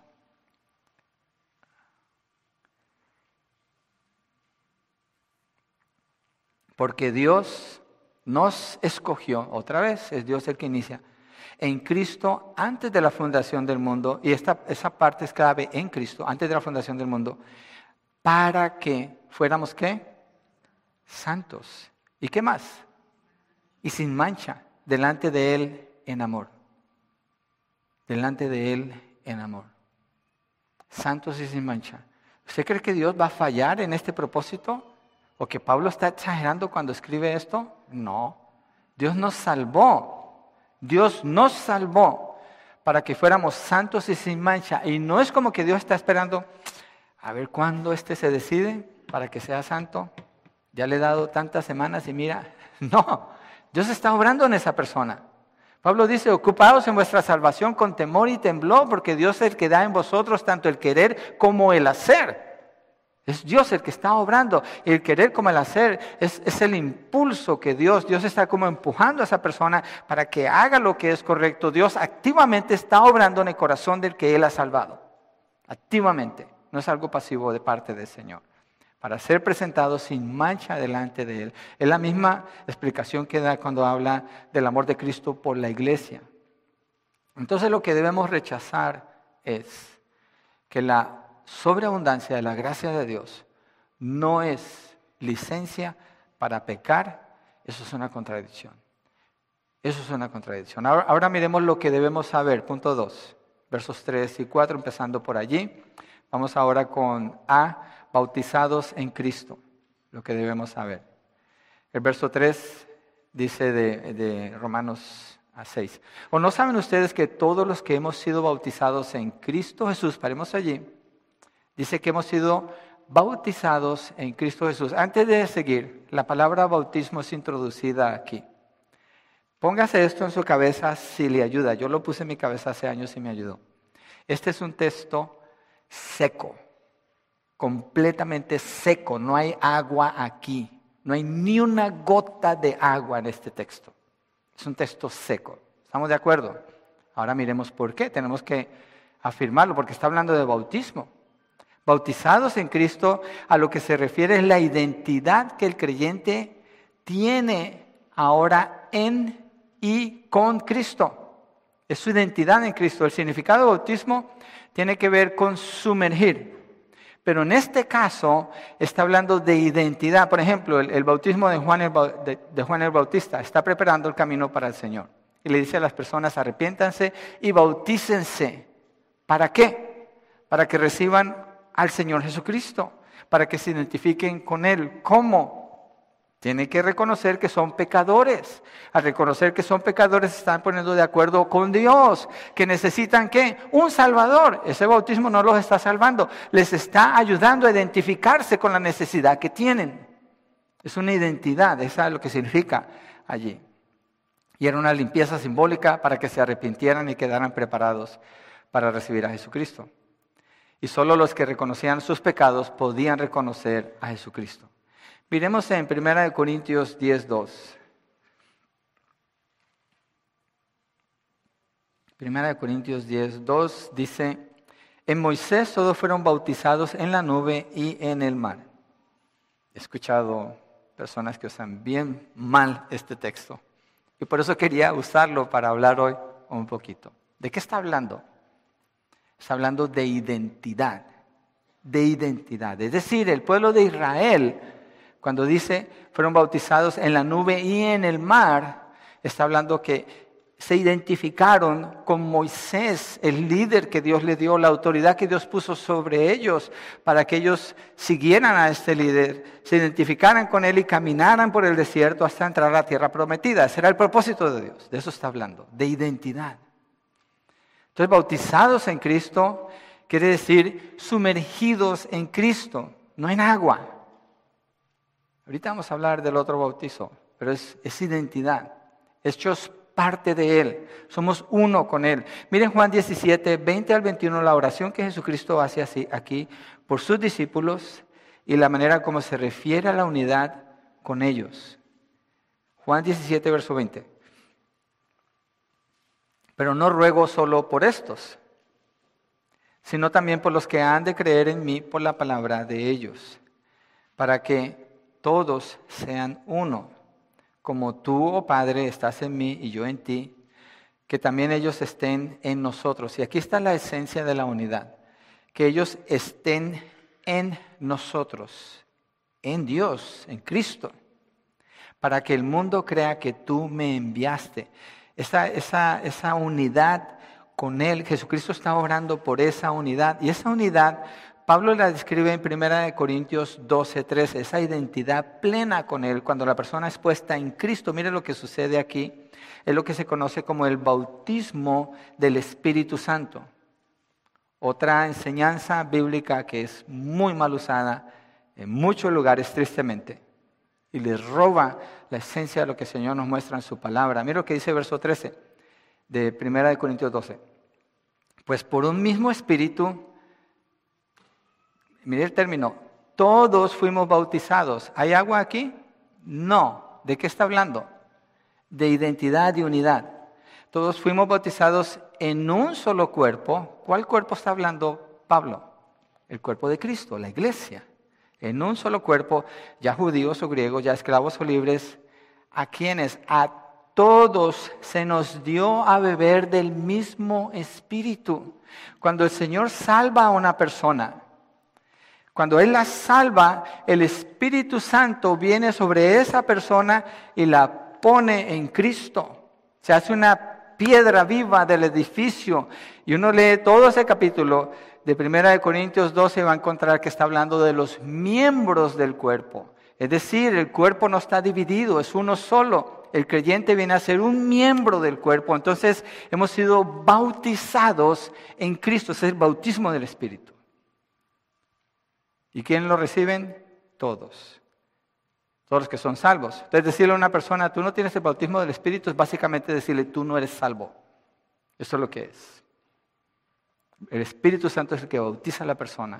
Porque Dios nos escogió, otra vez, es Dios el que inicia, en Cristo antes de la fundación del mundo, y esa parte es clave, en Cristo, antes de la fundación del mundo, para que fuéramos, ¿qué? Santos. ¿Y qué más? Y sin mancha, delante de Él en amor. Delante de Él en amor. Santos y sin mancha. ¿Usted cree que Dios va a fallar en este propósito? ¿O que Pablo está exagerando cuando escribe esto? No. Dios nos salvó. Dios nos salvó para que fuéramos santos y sin mancha. Y no es como que Dios está esperando a ver cuándo se decide para que sea santo. Ya le he dado tantas semanas y mira, no. Dios está obrando en esa persona. Pablo dice, ocupaos en vuestra salvación con temor y temblor, porque Dios es el que da en vosotros tanto el querer como el hacer. Es Dios el que está obrando. El querer como el hacer es el impulso que Dios está como empujando a esa persona para que haga lo que es correcto. Dios activamente está obrando en el corazón del que Él ha salvado. Activamente. No es algo pasivo de parte del Señor. Para ser presentado sin mancha delante de Él. Es la misma explicación que da cuando habla del amor de Cristo por la iglesia. Entonces lo que debemos rechazar es que la sobreabundancia de la gracia de Dios no es licencia para pecar. Eso es una contradicción. Eso es una contradicción. Ahora miremos lo que debemos saber. Punto 2, versos 3 y 4, empezando por allí. Vamos ahora con A, bautizados en Cristo, lo que debemos saber. El verso 3 dice de Romanos 6. ¿O no saben ustedes que todos los que hemos sido bautizados en Cristo Jesús, paremos allí, dice que hemos sido bautizados en Cristo Jesús? Antes de seguir, la palabra bautismo es introducida aquí. Póngase esto en su cabeza si le ayuda. Yo lo puse en mi cabeza hace años y me ayudó. Este es un texto seco. completamente seco, no hay agua aquí, no hay ni una gota de agua en este texto. Es un texto seco, ¿estamos de acuerdo? Ahora miremos por qué, tenemos que afirmarlo, porque está hablando de bautismo. Bautizados en Cristo, a lo que se refiere es la identidad que el creyente tiene ahora en y con Cristo. Es su identidad en Cristo. El significado de bautismo tiene que ver con sumergir. Pero en este caso está hablando de identidad. Por ejemplo, el bautismo de Juan el Bautista está preparando el camino para el Señor. Y le dice a las personas, arrepiéntanse y bautícense. ¿Para qué? Para que reciban al Señor Jesucristo, para que se identifiquen con Él. ¿Cómo? Tienen que reconocer que son pecadores. Al reconocer que son pecadores se están poniendo de acuerdo con Dios, que necesitan ¿qué? Un Salvador. Ese bautismo no los está salvando, les está ayudando a identificarse con la necesidad que tienen. Es una identidad, esa es lo que significa allí. Y era una limpieza simbólica para que se arrepintieran y quedaran preparados para recibir a Jesucristo. Y solo los que reconocían sus pecados podían reconocer a Jesucristo. Miremos en 1 Corintios 10:2. 1 Corintios 10:2 dice, en Moisés todos fueron bautizados en la nube y en el mar. He escuchado personas que usan bien mal este texto. Y por eso quería usarlo para hablar hoy un poquito. ¿De qué está hablando? Está hablando de identidad. De identidad. Es decir, el pueblo de Israel, cuando dice fueron bautizados en la nube y en el mar, está hablando que se identificaron con Moisés, el líder que Dios le dio, la autoridad que Dios puso sobre ellos, para que ellos siguieran a este líder, se identificaran con él y caminaran por el desierto hasta entrar a la tierra prometida. Ese era el propósito de Dios, de eso está hablando, de identidad. Entonces, bautizados en Cristo quiere decir sumergidos en Cristo, no en agua. Ahorita vamos a hablar del otro bautizo, pero es identidad, hechos parte de Él, somos uno con Él. Miren Juan 17, 20 al 21, la oración que Jesucristo hace así, aquí por sus discípulos y la manera como se refiere a la unidad con ellos. Juan 17, verso 20. Pero no ruego solo por estos, sino también por los que han de creer en mí por la palabra de ellos, para que todos sean uno, como tú, oh Padre, estás en mí y yo en ti, que también ellos estén en nosotros. Y aquí está la esencia de la unidad, que ellos estén en nosotros, en Dios, en Cristo, para que el mundo crea que tú me enviaste. Esa unidad con Él, Jesucristo está orando por esa unidad, y esa unidad Pablo la describe en 1 Corintios 12:13, esa identidad plena con Él, cuando la persona es puesta en Cristo. Mire lo que sucede aquí, es lo que se conoce como el bautismo del Espíritu Santo. Otra enseñanza bíblica que es muy mal usada en muchos lugares, tristemente, y les roba la esencia de lo que el Señor nos muestra en su palabra. Mire lo que dice el verso 13 de 1 Corintios 12. Pues por un mismo Espíritu, mire el término, todos fuimos bautizados. ¿Hay agua aquí? No. ¿De qué está hablando? De identidad y unidad. Todos fuimos bautizados en un solo cuerpo. ¿Cuál cuerpo está hablando Pablo? El cuerpo de Cristo, la iglesia. En un solo cuerpo, ya judíos o griegos, ya esclavos o libres. ¿A quiénes? A todos se nos dio a beber del mismo Espíritu. Cuando el Señor salva a una persona, cuando Él la salva, el Espíritu Santo viene sobre esa persona y la pone en Cristo. Se hace una piedra viva del edificio. Y uno lee todo ese capítulo de 1 Corintios 12 y va a encontrar que está hablando de los miembros del cuerpo. Es decir, el cuerpo no está dividido, es uno solo. El creyente viene a ser un miembro del cuerpo. Entonces, hemos sido bautizados en Cristo. Ese es el bautismo del Espíritu. ¿Y quién lo reciben? Todos. Todos los que son salvos. Entonces decirle a una persona, tú no tienes el bautismo del Espíritu, es básicamente decirle, tú no eres salvo. Eso es lo que es. El Espíritu Santo es el que bautiza a la persona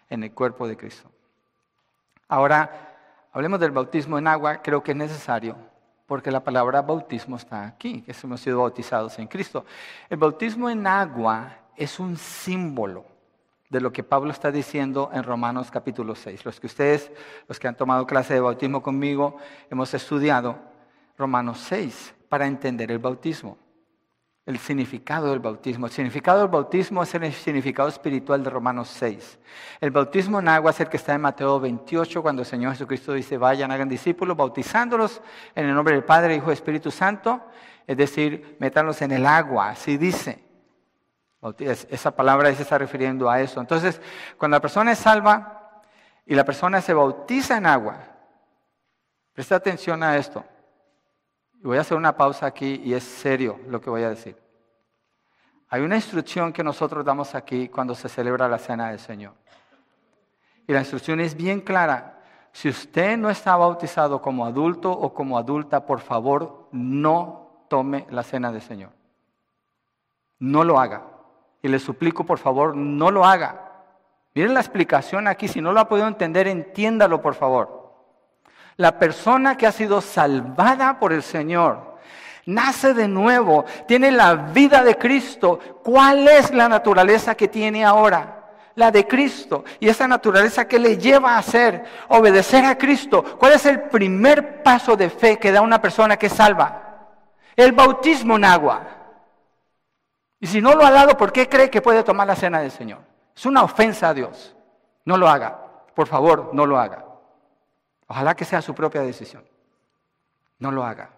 en el cuerpo de Cristo. Ahora, hablemos del bautismo en agua. Creo que es necesario, porque la palabra bautismo está aquí, que hemos sido bautizados en Cristo. El bautismo en agua es un símbolo de lo que Pablo está diciendo en Romanos capítulo 6. Los que han tomado clase de bautismo conmigo, hemos estudiado Romanos 6 para entender el bautismo, el significado del bautismo. El significado del bautismo es el significado espiritual de Romanos 6. El bautismo en agua es el que está en Mateo 28, cuando el Señor Jesucristo dice, vayan, hagan discípulos, bautizándolos en el nombre del Padre, Hijo y Espíritu Santo, es decir, métanlos en el agua, así dice. Esa palabra se está refiriendo a eso. Entonces, cuando la persona es salva y la persona se bautiza en agua, presta atención a esto. Voy a hacer una pausa aquí y es serio lo que voy a decir. Hay una instrucción que nosotros damos aquí cuando se celebra la Cena del Señor. Y la instrucción es bien clara. Si usted no está bautizado como adulto o como adulta, por favor, no tome la Cena del Señor. No lo haga. Y le suplico, por favor, no lo haga. Miren la explicación aquí. Si no lo ha podido entender, entiéndalo, por favor. La persona que ha sido salvada por el Señor, nace de nuevo, tiene la vida de Cristo. ¿Cuál es la naturaleza que tiene ahora? La de Cristo. Y esa naturaleza que le lleva a hacer, obedecer a Cristo. ¿Cuál es el primer paso de fe que da una persona que es salva? El bautismo en agua. Y si no lo ha dado, ¿por qué cree que puede tomar la cena del Señor? Es una ofensa a Dios. No lo haga. Por favor, no lo haga. Ojalá que sea su propia decisión. No lo haga.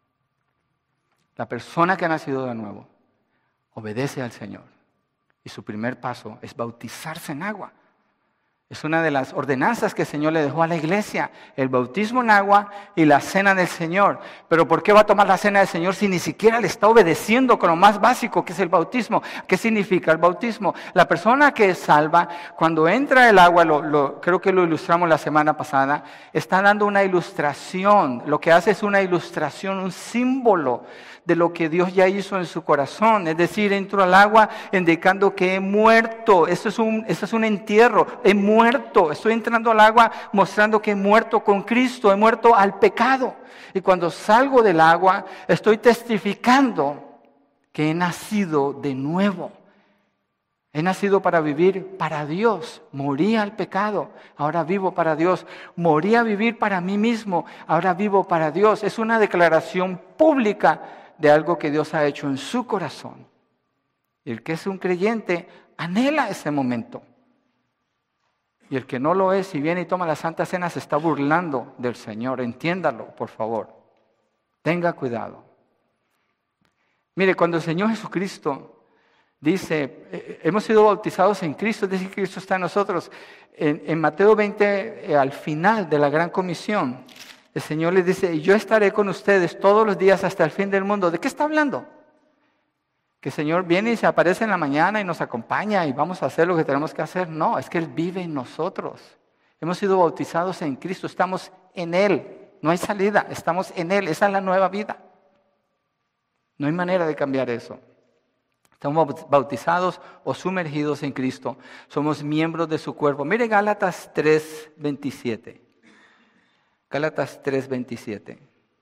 La persona que ha nacido de nuevo obedece al Señor. Y su primer paso es bautizarse en agua. Es una de las ordenanzas que el Señor le dejó a la iglesia. El bautismo en agua y la cena del Señor. Pero ¿por qué va a tomar la cena del Señor si ni siquiera le está obedeciendo con lo más básico que es el bautismo? ¿Qué significa el bautismo? La persona que es salva, cuando entra el agua, creo que lo ilustramos la semana pasada, está dando una ilustración. Lo que hace es una ilustración, un símbolo de lo que Dios ya hizo en su corazón. Es decir, entro al agua indicando que he muerto. Eso es un entierro. He muerto. Estoy entrando al agua mostrando que he muerto con Cristo. He muerto al pecado. Y cuando salgo del agua, estoy testificando que he nacido de nuevo. He nacido para vivir para Dios. Morí al pecado, ahora vivo para Dios. Morí a vivir para mí mismo, ahora vivo para Dios. Es una declaración pública de algo que Dios ha hecho en su corazón. Y el que es un creyente anhela ese momento. Y el que no lo es y viene y toma la Santa Cena se está burlando del Señor. Entiéndalo, por favor. Tenga cuidado. Mire, cuando el Señor Jesucristo dice, hemos sido bautizados en Cristo, es decir, Cristo está en nosotros. En Mateo 20, al final de la Gran Comisión, el Señor les dice, yo estaré con ustedes todos los días hasta el fin del mundo. ¿De qué está hablando? Que el Señor viene y se aparece en la mañana y nos acompaña y vamos a hacer lo que tenemos que hacer. No, es que Él vive en nosotros. Hemos sido bautizados en Cristo, estamos en Él. No hay salida, estamos en Él. Esa es la nueva vida. No hay manera de cambiar eso. Estamos bautizados o sumergidos en Cristo. Somos miembros de su cuerpo. Mire Gálatas 3:27. Gálatas 3:27.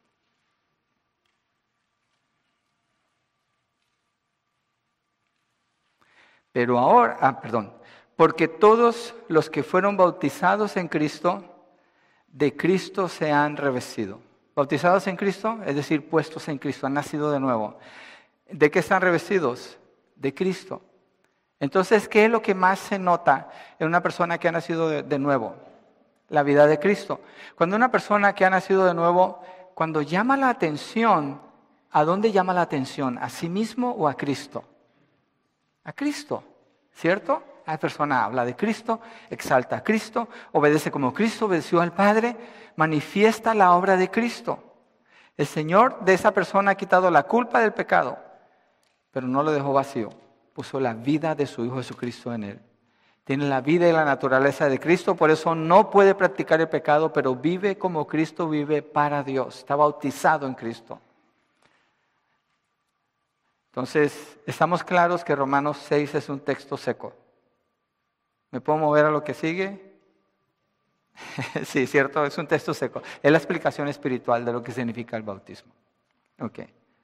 Pero ahora, porque todos los que fueron bautizados en Cristo, de Cristo se han revestido. Bautizados en Cristo, es decir, puestos en Cristo, han nacido de nuevo. ¿De qué están revestidos? De Cristo. Entonces, ¿qué es lo que más se nota en una persona que ha nacido de nuevo? La vida de Cristo. Cuando una persona que ha nacido de nuevo, cuando llama la atención, ¿a dónde llama la atención? ¿A sí mismo o a Cristo? A Cristo, ¿cierto? La persona habla de Cristo, exalta a Cristo, obedece como Cristo, obedeció al Padre, manifiesta la obra de Cristo. El Señor de esa persona ha quitado la culpa del pecado, pero no lo dejó vacío. Puso la vida de su Hijo Jesucristo en él. Tiene la vida y la naturaleza de Cristo, por eso no puede practicar el pecado, pero vive como Cristo vive para Dios. Está bautizado en Cristo. Entonces, estamos claros que Romanos 6 es un texto seco. ¿Me puedo mover a lo que sigue? Sí, cierto, es un texto seco. Es la explicación espiritual de lo que significa el bautismo. Ok.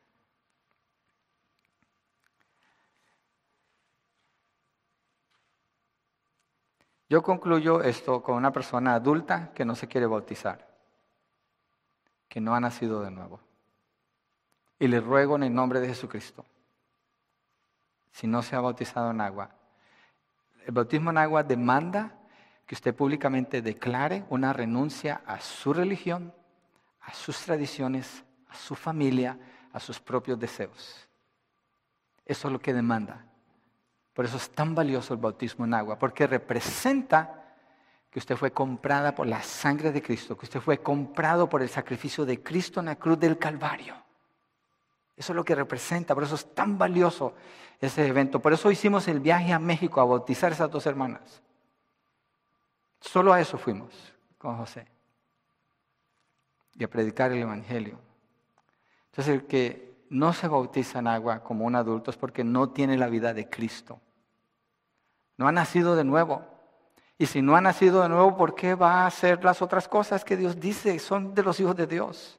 Yo concluyo esto con una persona adulta que no se quiere bautizar, que no ha nacido de nuevo. Y le ruego en el nombre de Jesucristo, si no se ha bautizado en agua, el bautismo en agua demanda que usted públicamente declare una renuncia a su religión, a sus tradiciones, a su familia, a sus propios deseos. Eso es lo que demanda. Por eso es tan valioso el bautismo en agua, porque representa que usted fue comprada por la sangre de Cristo, que usted fue comprado por el sacrificio de Cristo en la cruz del Calvario. Eso es lo que representa, por eso es tan valioso ese evento. Por eso hicimos el viaje a México a bautizar a esas dos hermanas. Solo a eso fuimos con José. Y a predicar el Evangelio. Entonces el que no se bautiza en agua como un adulto es porque no tiene la vida de Cristo. No ha nacido de nuevo. Y si no ha nacido de nuevo, ¿por qué va a hacer las otras cosas que Dios dice son de los hijos de Dios?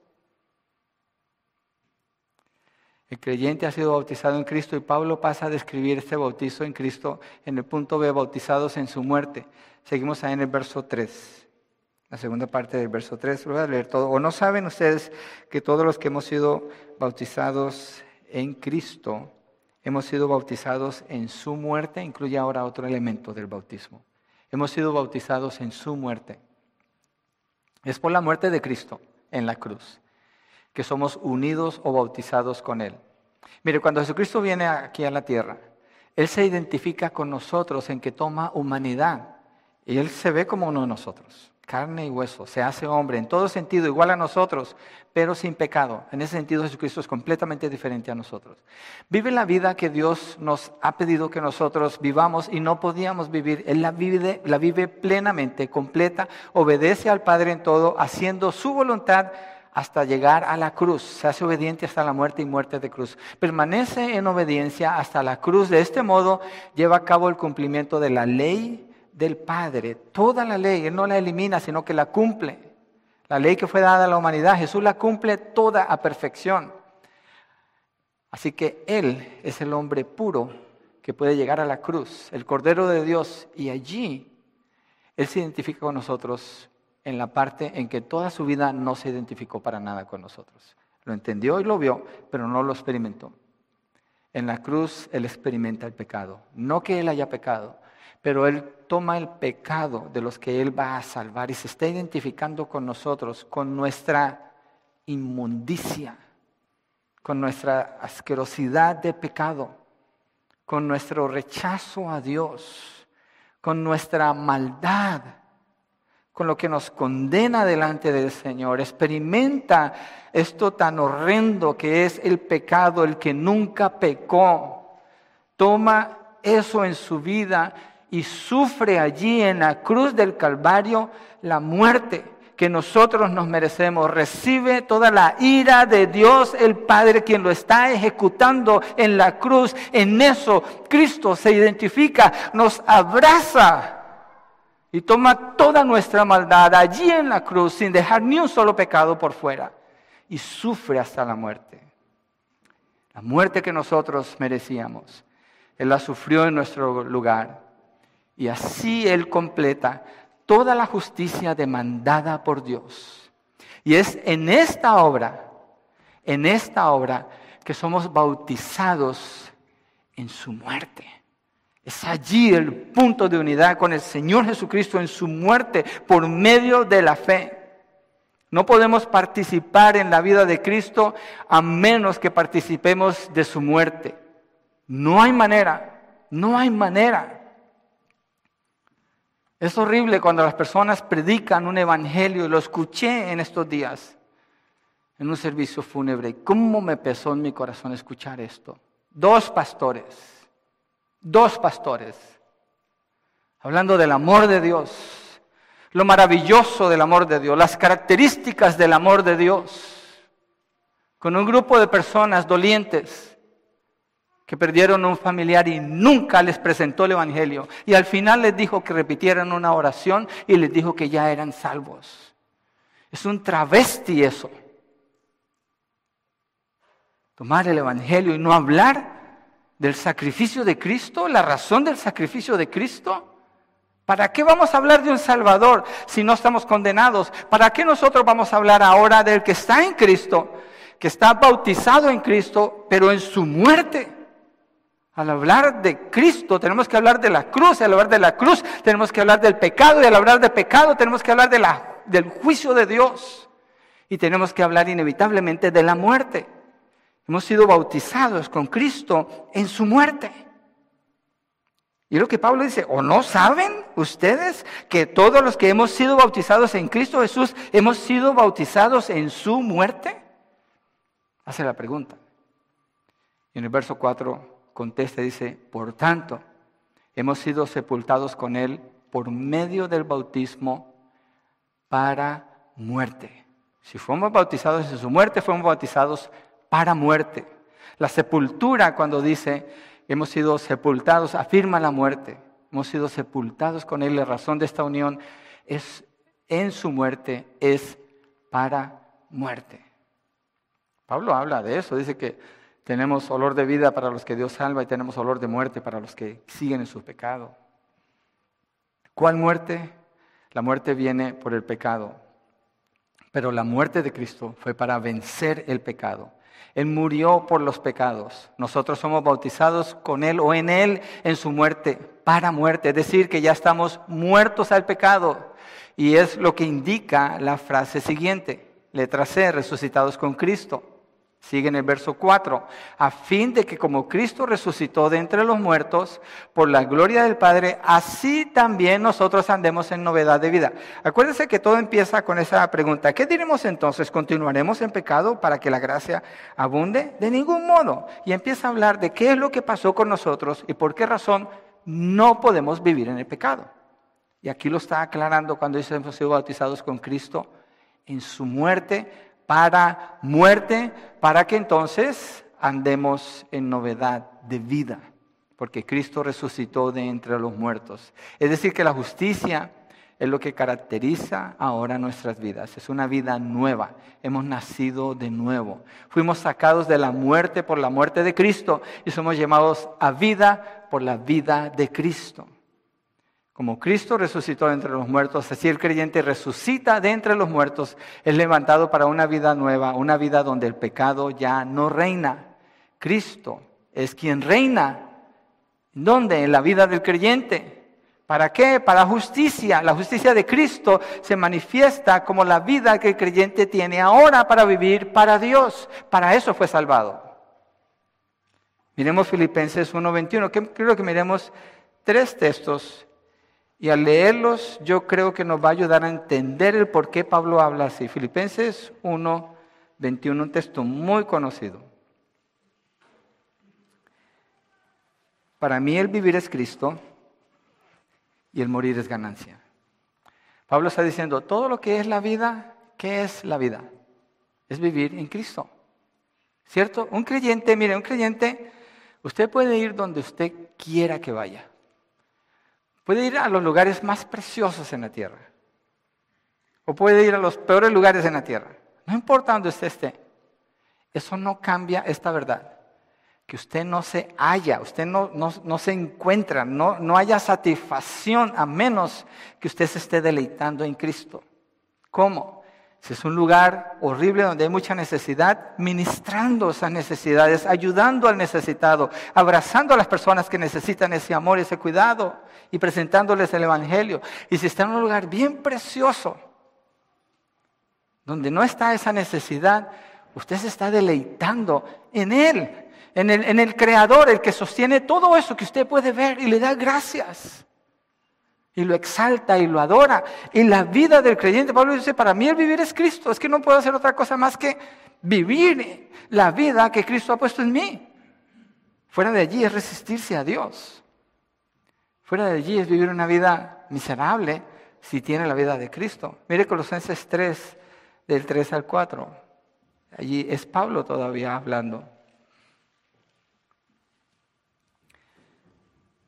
El creyente ha sido bautizado en Cristo y Pablo pasa a describir este bautizo en Cristo en el punto B, bautizados en su muerte. Seguimos ahí en el verso 3. La segunda parte del verso 3, lo voy a leer todo. ¿O no saben ustedes que todos los que hemos sido bautizados en Cristo, hemos sido bautizados en su muerte? Incluye ahora otro elemento del bautismo. Hemos sido bautizados en su muerte. Es por la muerte de Cristo en la cruz que somos unidos o bautizados con Él. Mire, cuando Jesucristo viene aquí a la tierra, Él se identifica con nosotros en que toma humanidad. Y Él se ve como uno de nosotros, carne y hueso, se hace hombre, en todo sentido igual a nosotros, pero sin pecado. En ese sentido Jesucristo es completamente diferente a nosotros. Vive la vida que Dios nos ha pedido que nosotros vivamos y no podíamos vivir. Él la vive plenamente, completa, obedece al Padre en todo, haciendo su voluntad hasta llegar a la cruz. Se hace obediente hasta la muerte y muerte de cruz. Permanece en obediencia hasta la cruz. De este modo lleva a cabo el cumplimiento de la ley del Padre, toda la ley. Él no la elimina, sino que la cumple. La ley que fue dada a la humanidad, Jesús la cumple toda a perfección. Así que Él es el hombre puro que puede llegar a la cruz, el Cordero de Dios, y allí Él se identifica con nosotros en la parte en que toda su vida no se identificó para nada con nosotros. Lo entendió y lo vio, pero no lo experimentó. En la cruz Él experimenta el pecado. No que Él haya pecado, pero Él toma el pecado de los que Él va a salvar y se está identificando con nosotros, con nuestra inmundicia, con nuestra asquerosidad de pecado, con nuestro rechazo a Dios, con nuestra maldad, con lo que nos condena delante del Señor. Experimenta esto tan horrendo que es el pecado, el que nunca pecó. Toma eso en su vida y sufre allí en la cruz del Calvario la muerte que nosotros nos merecemos. Recibe toda la ira de Dios el Padre, quien lo está ejecutando en la cruz. En eso Cristo se identifica, nos abraza y toma toda nuestra maldad allí en la cruz sin dejar ni un solo pecado por fuera. Y sufre hasta la muerte. La muerte que nosotros merecíamos. Él la sufrió en nuestro lugar. Y así Él completa toda la justicia demandada por Dios. Y es en esta obra que somos bautizados en su muerte. Es allí el punto de unidad con el Señor Jesucristo en su muerte por medio de la fe. No podemos participar en la vida de Cristo a menos que participemos de su muerte. No hay manera, no hay manera. Es horrible cuando las personas predican un evangelio, y lo escuché en estos días, en un servicio fúnebre. ¿Cómo me pesó en mi corazón escuchar esto? Dos pastores, hablando del amor de Dios, lo maravilloso del amor de Dios, las características del amor de Dios, con un grupo de personas dolientes que perdieron un familiar y nunca les presentó el Evangelio. Y al final les dijo que repitieran una oración y les dijo que ya eran salvos. Es un travesti eso. Tomar el Evangelio y no hablar del sacrificio de Cristo, la razón del sacrificio de Cristo. ¿Para qué vamos a hablar de un Salvador si no estamos condenados? ¿Para qué nosotros vamos a hablar ahora del que está en Cristo, que está bautizado en Cristo, pero en su muerte? Al hablar de Cristo tenemos que hablar de la cruz, y al hablar de la cruz tenemos que hablar del pecado, y al hablar de pecado tenemos que hablar del juicio de Dios. Y tenemos que hablar inevitablemente de la muerte. Hemos sido bautizados con Cristo en su muerte. Y lo que Pablo dice, ¿o no saben ustedes que todos los que hemos sido bautizados en Cristo Jesús hemos sido bautizados en su muerte? Hace la pregunta. Y en el verso 4 contesta y dice, por tanto, hemos sido sepultados con Él por medio del bautismo para muerte. Si fuimos bautizados en su muerte, fuimos bautizados para muerte. La sepultura, cuando dice hemos sido sepultados, afirma la muerte. Hemos sido sepultados con Él. La razón de esta unión es en su muerte, es para muerte. Pablo habla de eso, dice que tenemos olor de vida para los que Dios salva y tenemos olor de muerte para los que siguen en su pecado. ¿Cuál muerte? La muerte viene por el pecado, pero la muerte de Cristo fue para vencer el pecado. Él murió por los pecados. Nosotros somos bautizados con Él o en Él en su muerte, para muerte. Es decir, que ya estamos muertos al pecado. Y es lo que indica la frase siguiente. Letra C, resucitados con Cristo. Sigue en el verso 4. A fin de que como Cristo resucitó de entre los muertos, por la gloria del Padre, así también nosotros andemos en novedad de vida. Acuérdense que todo empieza con esa pregunta. ¿Qué diremos entonces? ¿Continuaremos en pecado para que la gracia abunde? De ningún modo. Y empieza a hablar de qué es lo que pasó con nosotros y por qué razón no podemos vivir en el pecado. Y aquí lo está aclarando cuando dice hemos sido bautizados con Cristo en su muerte, para que entonces andemos en novedad de vida, porque Cristo resucitó de entre los muertos. Es decir, que la justicia es lo que caracteriza ahora nuestras vidas. Es una vida nueva, hemos nacido de nuevo. Fuimos sacados de la muerte por la muerte de Cristo y somos llamados a vida por la vida de Cristo. Como Cristo resucitó de entre los muertos, así el creyente resucita de entre los muertos, es levantado para una vida nueva, una vida donde el pecado ya no reina. Cristo es quien reina. ¿Dónde? En la vida del creyente. ¿Para qué? Para justicia. La justicia de Cristo se manifiesta como la vida que el creyente tiene ahora para vivir para Dios. Para eso fue salvado. Miremos Filipenses 1:21. Quiero que miremos 3 textos. Y al leerlos, yo creo que nos va a ayudar a entender el por qué Pablo habla así. Filipenses 1:21, un texto muy conocido. Para mí el vivir es Cristo y el morir es ganancia. Pablo está diciendo, todo lo que es la vida, ¿qué es la vida? Es vivir en Cristo. ¿Cierto? Un creyente, mire, usted puede ir donde usted quiera que vaya. Puede ir a los lugares más preciosos en la tierra. O puede ir a los peores lugares en la tierra. No importa donde usted esté. Eso no cambia esta verdad. Que usted no se halla, usted no se encuentra, no haya satisfacción a menos que usted se esté deleitando en Cristo. ¿Cómo? Si es un lugar horrible donde hay mucha necesidad, ministrando esas necesidades, ayudando al necesitado, abrazando a las personas que necesitan ese amor, ese cuidado y presentándoles el Evangelio. Y si está en un lugar bien precioso, donde no está esa necesidad, usted se está deleitando en Él, en el Creador, el que sostiene todo eso que usted puede ver y le da gracias. Y lo exalta y lo adora. Y la vida del creyente, Pablo dice, para mí el vivir es Cristo. Es que no puedo hacer otra cosa más que vivir la vida que Cristo ha puesto en mí. Fuera de allí es resistirse a Dios. Fuera de allí es vivir una vida miserable si tiene la vida de Cristo. Mire Colosenses 3, del 3 al 4. Allí es Pablo todavía hablando.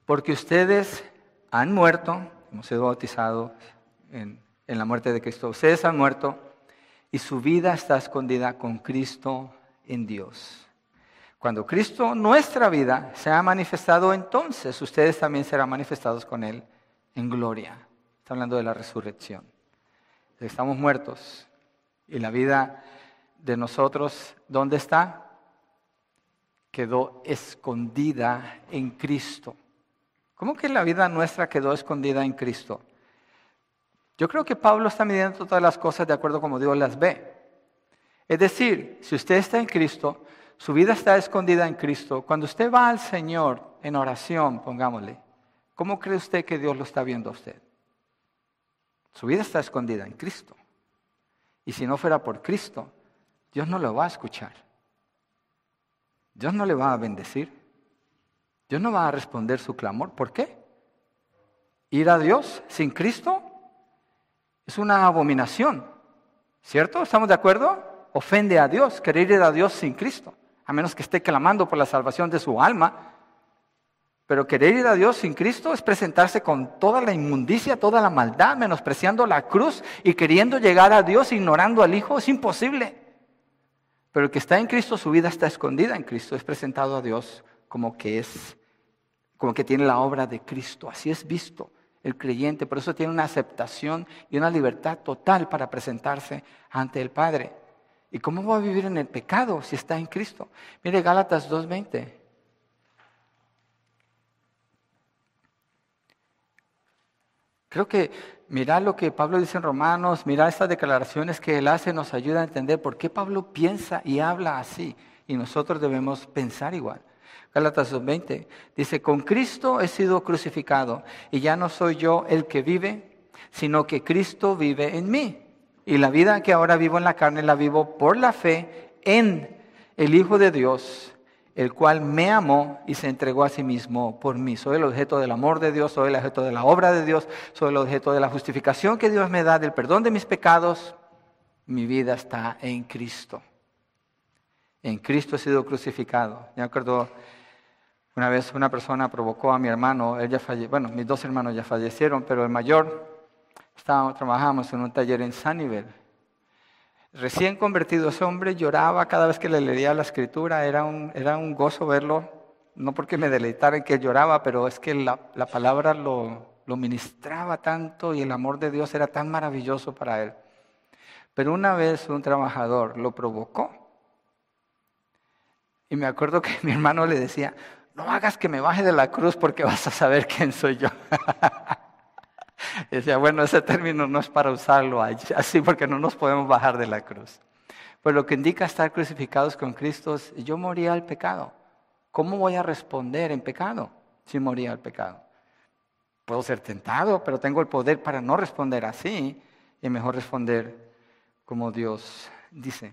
Porque ustedes han muerto, hemos sido bautizados en la muerte de Cristo. Ustedes han muerto y su vida está escondida con Cristo en Dios. Cuando Cristo, nuestra vida, se ha manifestado, entonces ustedes también serán manifestados con Él en gloria. Está hablando de la resurrección. Estamos muertos y la vida de nosotros, ¿dónde está? Quedó escondida en Cristo. ¿Cómo que la vida nuestra quedó escondida en Cristo? Yo creo que Pablo está midiendo todas las cosas de acuerdo a como Dios las ve. Es decir, si usted está en Cristo, su vida está escondida en Cristo. Cuando usted va al Señor en oración, pongámosle, ¿cómo cree usted que Dios lo está viendo a usted? Su vida está escondida en Cristo. Y si no fuera por Cristo, Dios no lo va a escuchar. Dios no le va a bendecir. Dios no va a responder su clamor. ¿Por qué? Ir a Dios sin Cristo es una abominación. ¿Cierto? ¿Estamos de acuerdo? Ofende a Dios, querer ir a Dios sin Cristo. A menos que esté clamando por la salvación de su alma. Pero querer ir a Dios sin Cristo es presentarse con toda la inmundicia, toda la maldad, menospreciando la cruz y queriendo llegar a Dios ignorando al Hijo. Es imposible. Pero el que está en Cristo, su vida está escondida en Cristo. Es presentado a Dios como que tiene la obra de Cristo. Así es visto el creyente. Por eso tiene una aceptación y una libertad total para presentarse ante el Padre. ¿Y cómo va a vivir en el pecado si está en Cristo? Mire Gálatas 2:20. Creo que mirar lo que Pablo dice en Romanos, mirar estas declaraciones que él hace nos ayuda a entender por qué Pablo piensa y habla así. Y nosotros debemos pensar igual. Gálatas 2:20 dice, con Cristo he sido crucificado y ya no soy yo el que vive, sino que Cristo vive en mí. Y la vida que ahora vivo en la carne la vivo por la fe en el Hijo de Dios, el cual me amó y se entregó a sí mismo por mí. Soy el objeto del amor de Dios, soy el objeto de la obra de Dios, soy el objeto de la justificación que Dios me da, del perdón de mis pecados. Mi vida está en Cristo. En Cristo he sido crucificado. Me acuerdo una vez una persona provocó a mi hermano, mis dos hermanos ya fallecieron, pero el mayor, trabajábamos en un taller en Sunnyvale. Recién convertido ese hombre lloraba cada vez que le leía la escritura, era un gozo verlo, no porque me deleitara en que lloraba, pero es que la palabra lo ministraba tanto y el amor de Dios era tan maravilloso para él. Pero una vez un trabajador lo provocó y me acuerdo que mi hermano le decía, no hagas que me baje de la cruz porque vas a saber quién soy yo. Y decía, bueno, ese término no es para usarlo así porque no nos podemos bajar de la cruz. Pues lo que indica estar crucificados con Cristo es, yo moría al pecado. ¿Cómo voy a responder en pecado si moría al pecado? Puedo ser tentado, pero tengo el poder para no responder así y mejor responder como Dios dice.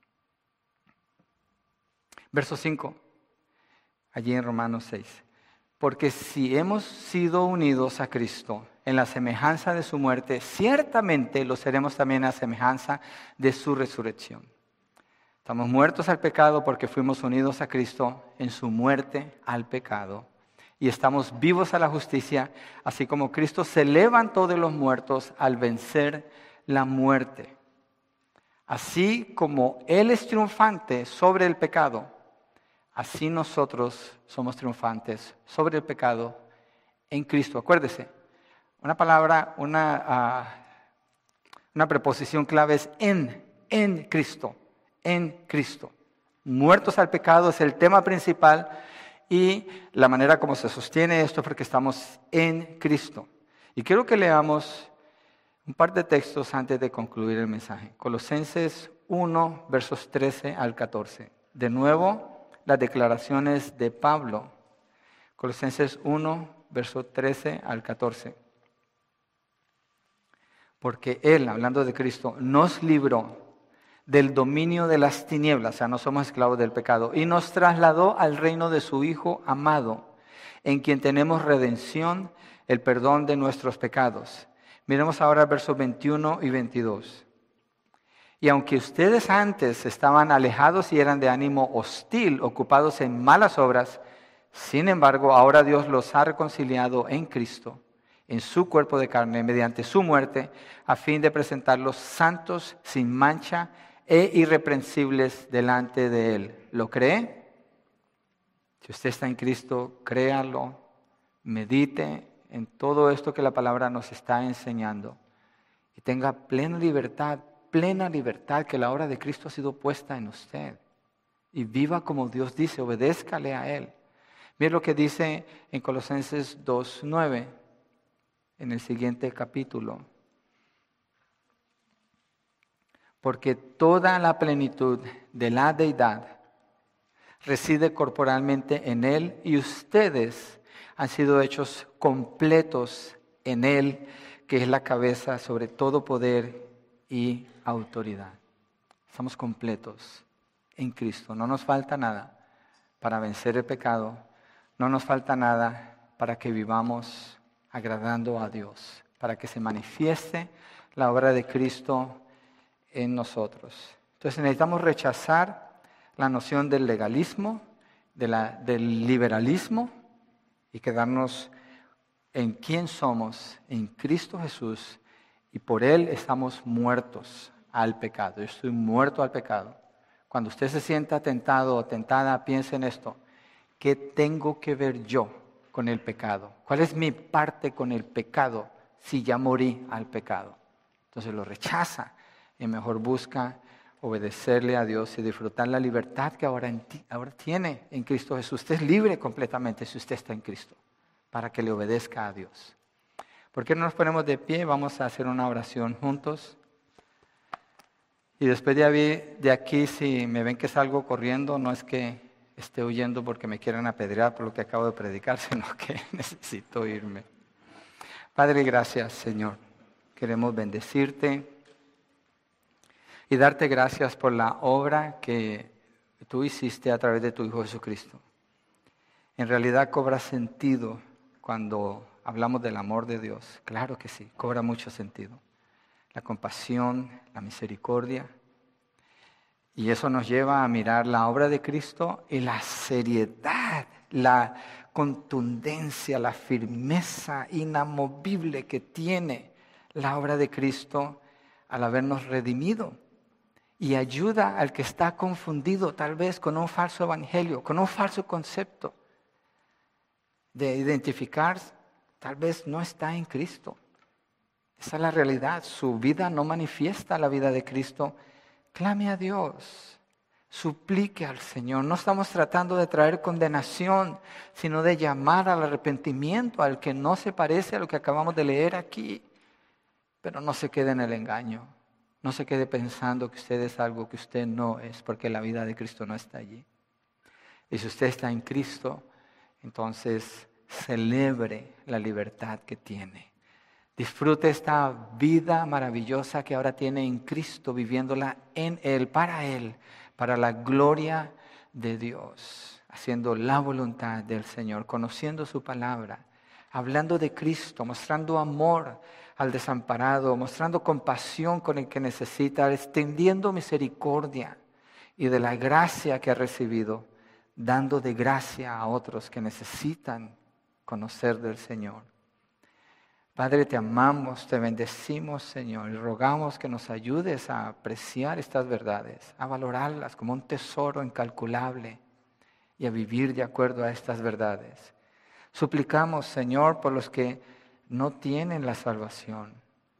Verso 5, allí en Romanos 6. Porque si hemos sido unidos a Cristo en la semejanza de su muerte, ciertamente lo seremos también a semejanza de su resurrección. Estamos muertos al pecado porque fuimos unidos a Cristo en su muerte al pecado. Y estamos vivos a la justicia, así como Cristo se levantó de los muertos al vencer la muerte. Así como Él es triunfante sobre el pecado, así nosotros somos triunfantes sobre el pecado en Cristo. Acuérdese, una palabra, una preposición clave es en Cristo, en Cristo. Muertos al pecado es el tema principal y la manera como se sostiene esto es porque estamos en Cristo. Y quiero que leamos un par de textos antes de concluir el mensaje. Colosenses 1, versos 13 al 14. De nuevo, las declaraciones de Pablo. Colosenses 1, verso 13 al 14. Porque Él, hablando de Cristo, nos libró del dominio de las tinieblas, o sea, no somos esclavos del pecado, y nos trasladó al reino de su Hijo amado, en quien tenemos redención, el perdón de nuestros pecados. Miremos ahora versos 21 y 22. Y aunque ustedes antes estaban alejados y eran de ánimo hostil, ocupados en malas obras, Sin embargo, ahora Dios los ha reconciliado en Cristo, en su cuerpo de carne, mediante su muerte, a fin de presentarlos santos, sin mancha e irreprensibles delante de Él. ¿Lo cree? Si usted está en Cristo, créalo, medite en todo esto que la palabra nos está enseñando y tenga plena libertad que la obra de Cristo ha sido puesta en usted. Y viva como Dios dice, obedézcale a Él. Mire lo que dice en Colosenses 2:9, en el siguiente capítulo. Porque toda la plenitud de la deidad reside corporalmente en Él y ustedes han sido hechos completos en Él, que es la cabeza sobre todo poder y autoridad. Estamos completos en Cristo. No nos falta nada para vencer el pecado. No nos falta nada para que vivamos agradando a Dios, para que se manifieste la obra de Cristo en nosotros. Entonces necesitamos rechazar la noción del legalismo, del liberalismo y quedarnos en quién somos, en Cristo Jesús, y por Él estamos muertos al pecado. Yo estoy muerto al pecado. Cuando usted se sienta tentado o tentada, piense en esto. ¿Qué tengo que ver yo con el pecado? ¿Cuál es mi parte con el pecado si ya morí al pecado? Entonces lo rechaza y mejor busca obedecerle a Dios y disfrutar la libertad que ahora tiene en Cristo Jesús. Usted es libre completamente si usted está en Cristo, para que le obedezca a Dios. ¿Por qué no nos ponemos de pie? Vamos a hacer una oración juntos. Y después de aquí, si me ven que salgo corriendo, no es que esté huyendo porque me quieran apedrear por lo que acabo de predicar, sino que necesito irme. Padre, gracias, Señor. Queremos bendecirte y darte gracias por la obra que tú hiciste a través de tu Hijo Jesucristo. En realidad cobra sentido cuando hablamos del amor de Dios. Claro que sí, cobra mucho sentido. La compasión, la misericordia. Y eso nos lleva a mirar la obra de Cristo y la seriedad, la contundencia, la firmeza inamovible que tiene la obra de Cristo al habernos redimido. Y ayuda al que está confundido tal vez con un falso evangelio, con un falso concepto de identificar, tal vez no está en Cristo. Esa es la realidad. Su vida no manifiesta la vida de Cristo. Clame a Dios. Suplique al Señor. No estamos tratando de traer condenación, sino de llamar al arrepentimiento al que no se parece a lo que acabamos de leer aquí. Pero no se quede en el engaño. No se quede pensando que usted es algo que usted no es, porque la vida de Cristo no está allí. Y si usted está en Cristo, entonces celebre la libertad que tiene. Disfrute esta vida maravillosa que ahora tiene en Cristo, viviéndola en Él, para la gloria de Dios, haciendo la voluntad del Señor, conociendo su palabra, hablando de Cristo, mostrando amor al desamparado, mostrando compasión con el que necesita, extendiendo misericordia y de la gracia que ha recibido, dando de gracia a otros que necesitan conocer del Señor. Padre, te amamos, te bendecimos, Señor, y rogamos que nos ayudes a apreciar estas verdades, a valorarlas como un tesoro incalculable y a vivir de acuerdo a estas verdades. Suplicamos, Señor, por los que no tienen la salvación.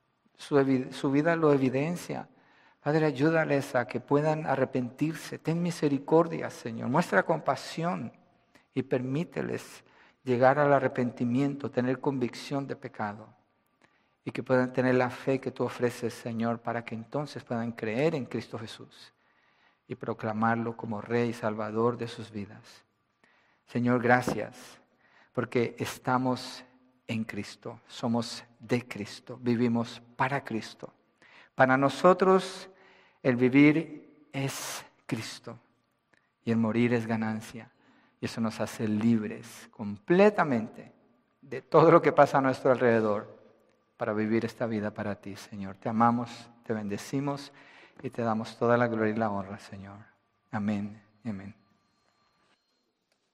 Su vida lo evidencia. Padre, ayúdales a que puedan arrepentirse. Ten misericordia, Señor. Muestra compasión y permíteles llegar al arrepentimiento, tener convicción de pecado y que puedan tener la fe que tú ofreces, Señor, para que entonces puedan creer en Cristo Jesús y proclamarlo como Rey y Salvador de sus vidas. Señor, gracias porque estamos en Cristo, somos de Cristo, vivimos para Cristo. Para nosotros el vivir es Cristo y el morir es ganancia. Y eso nos hace libres completamente de todo lo que pasa a nuestro alrededor para vivir esta vida para ti, Señor. Te amamos, te bendecimos y te damos toda la gloria y la honra, Señor. Amén y amén.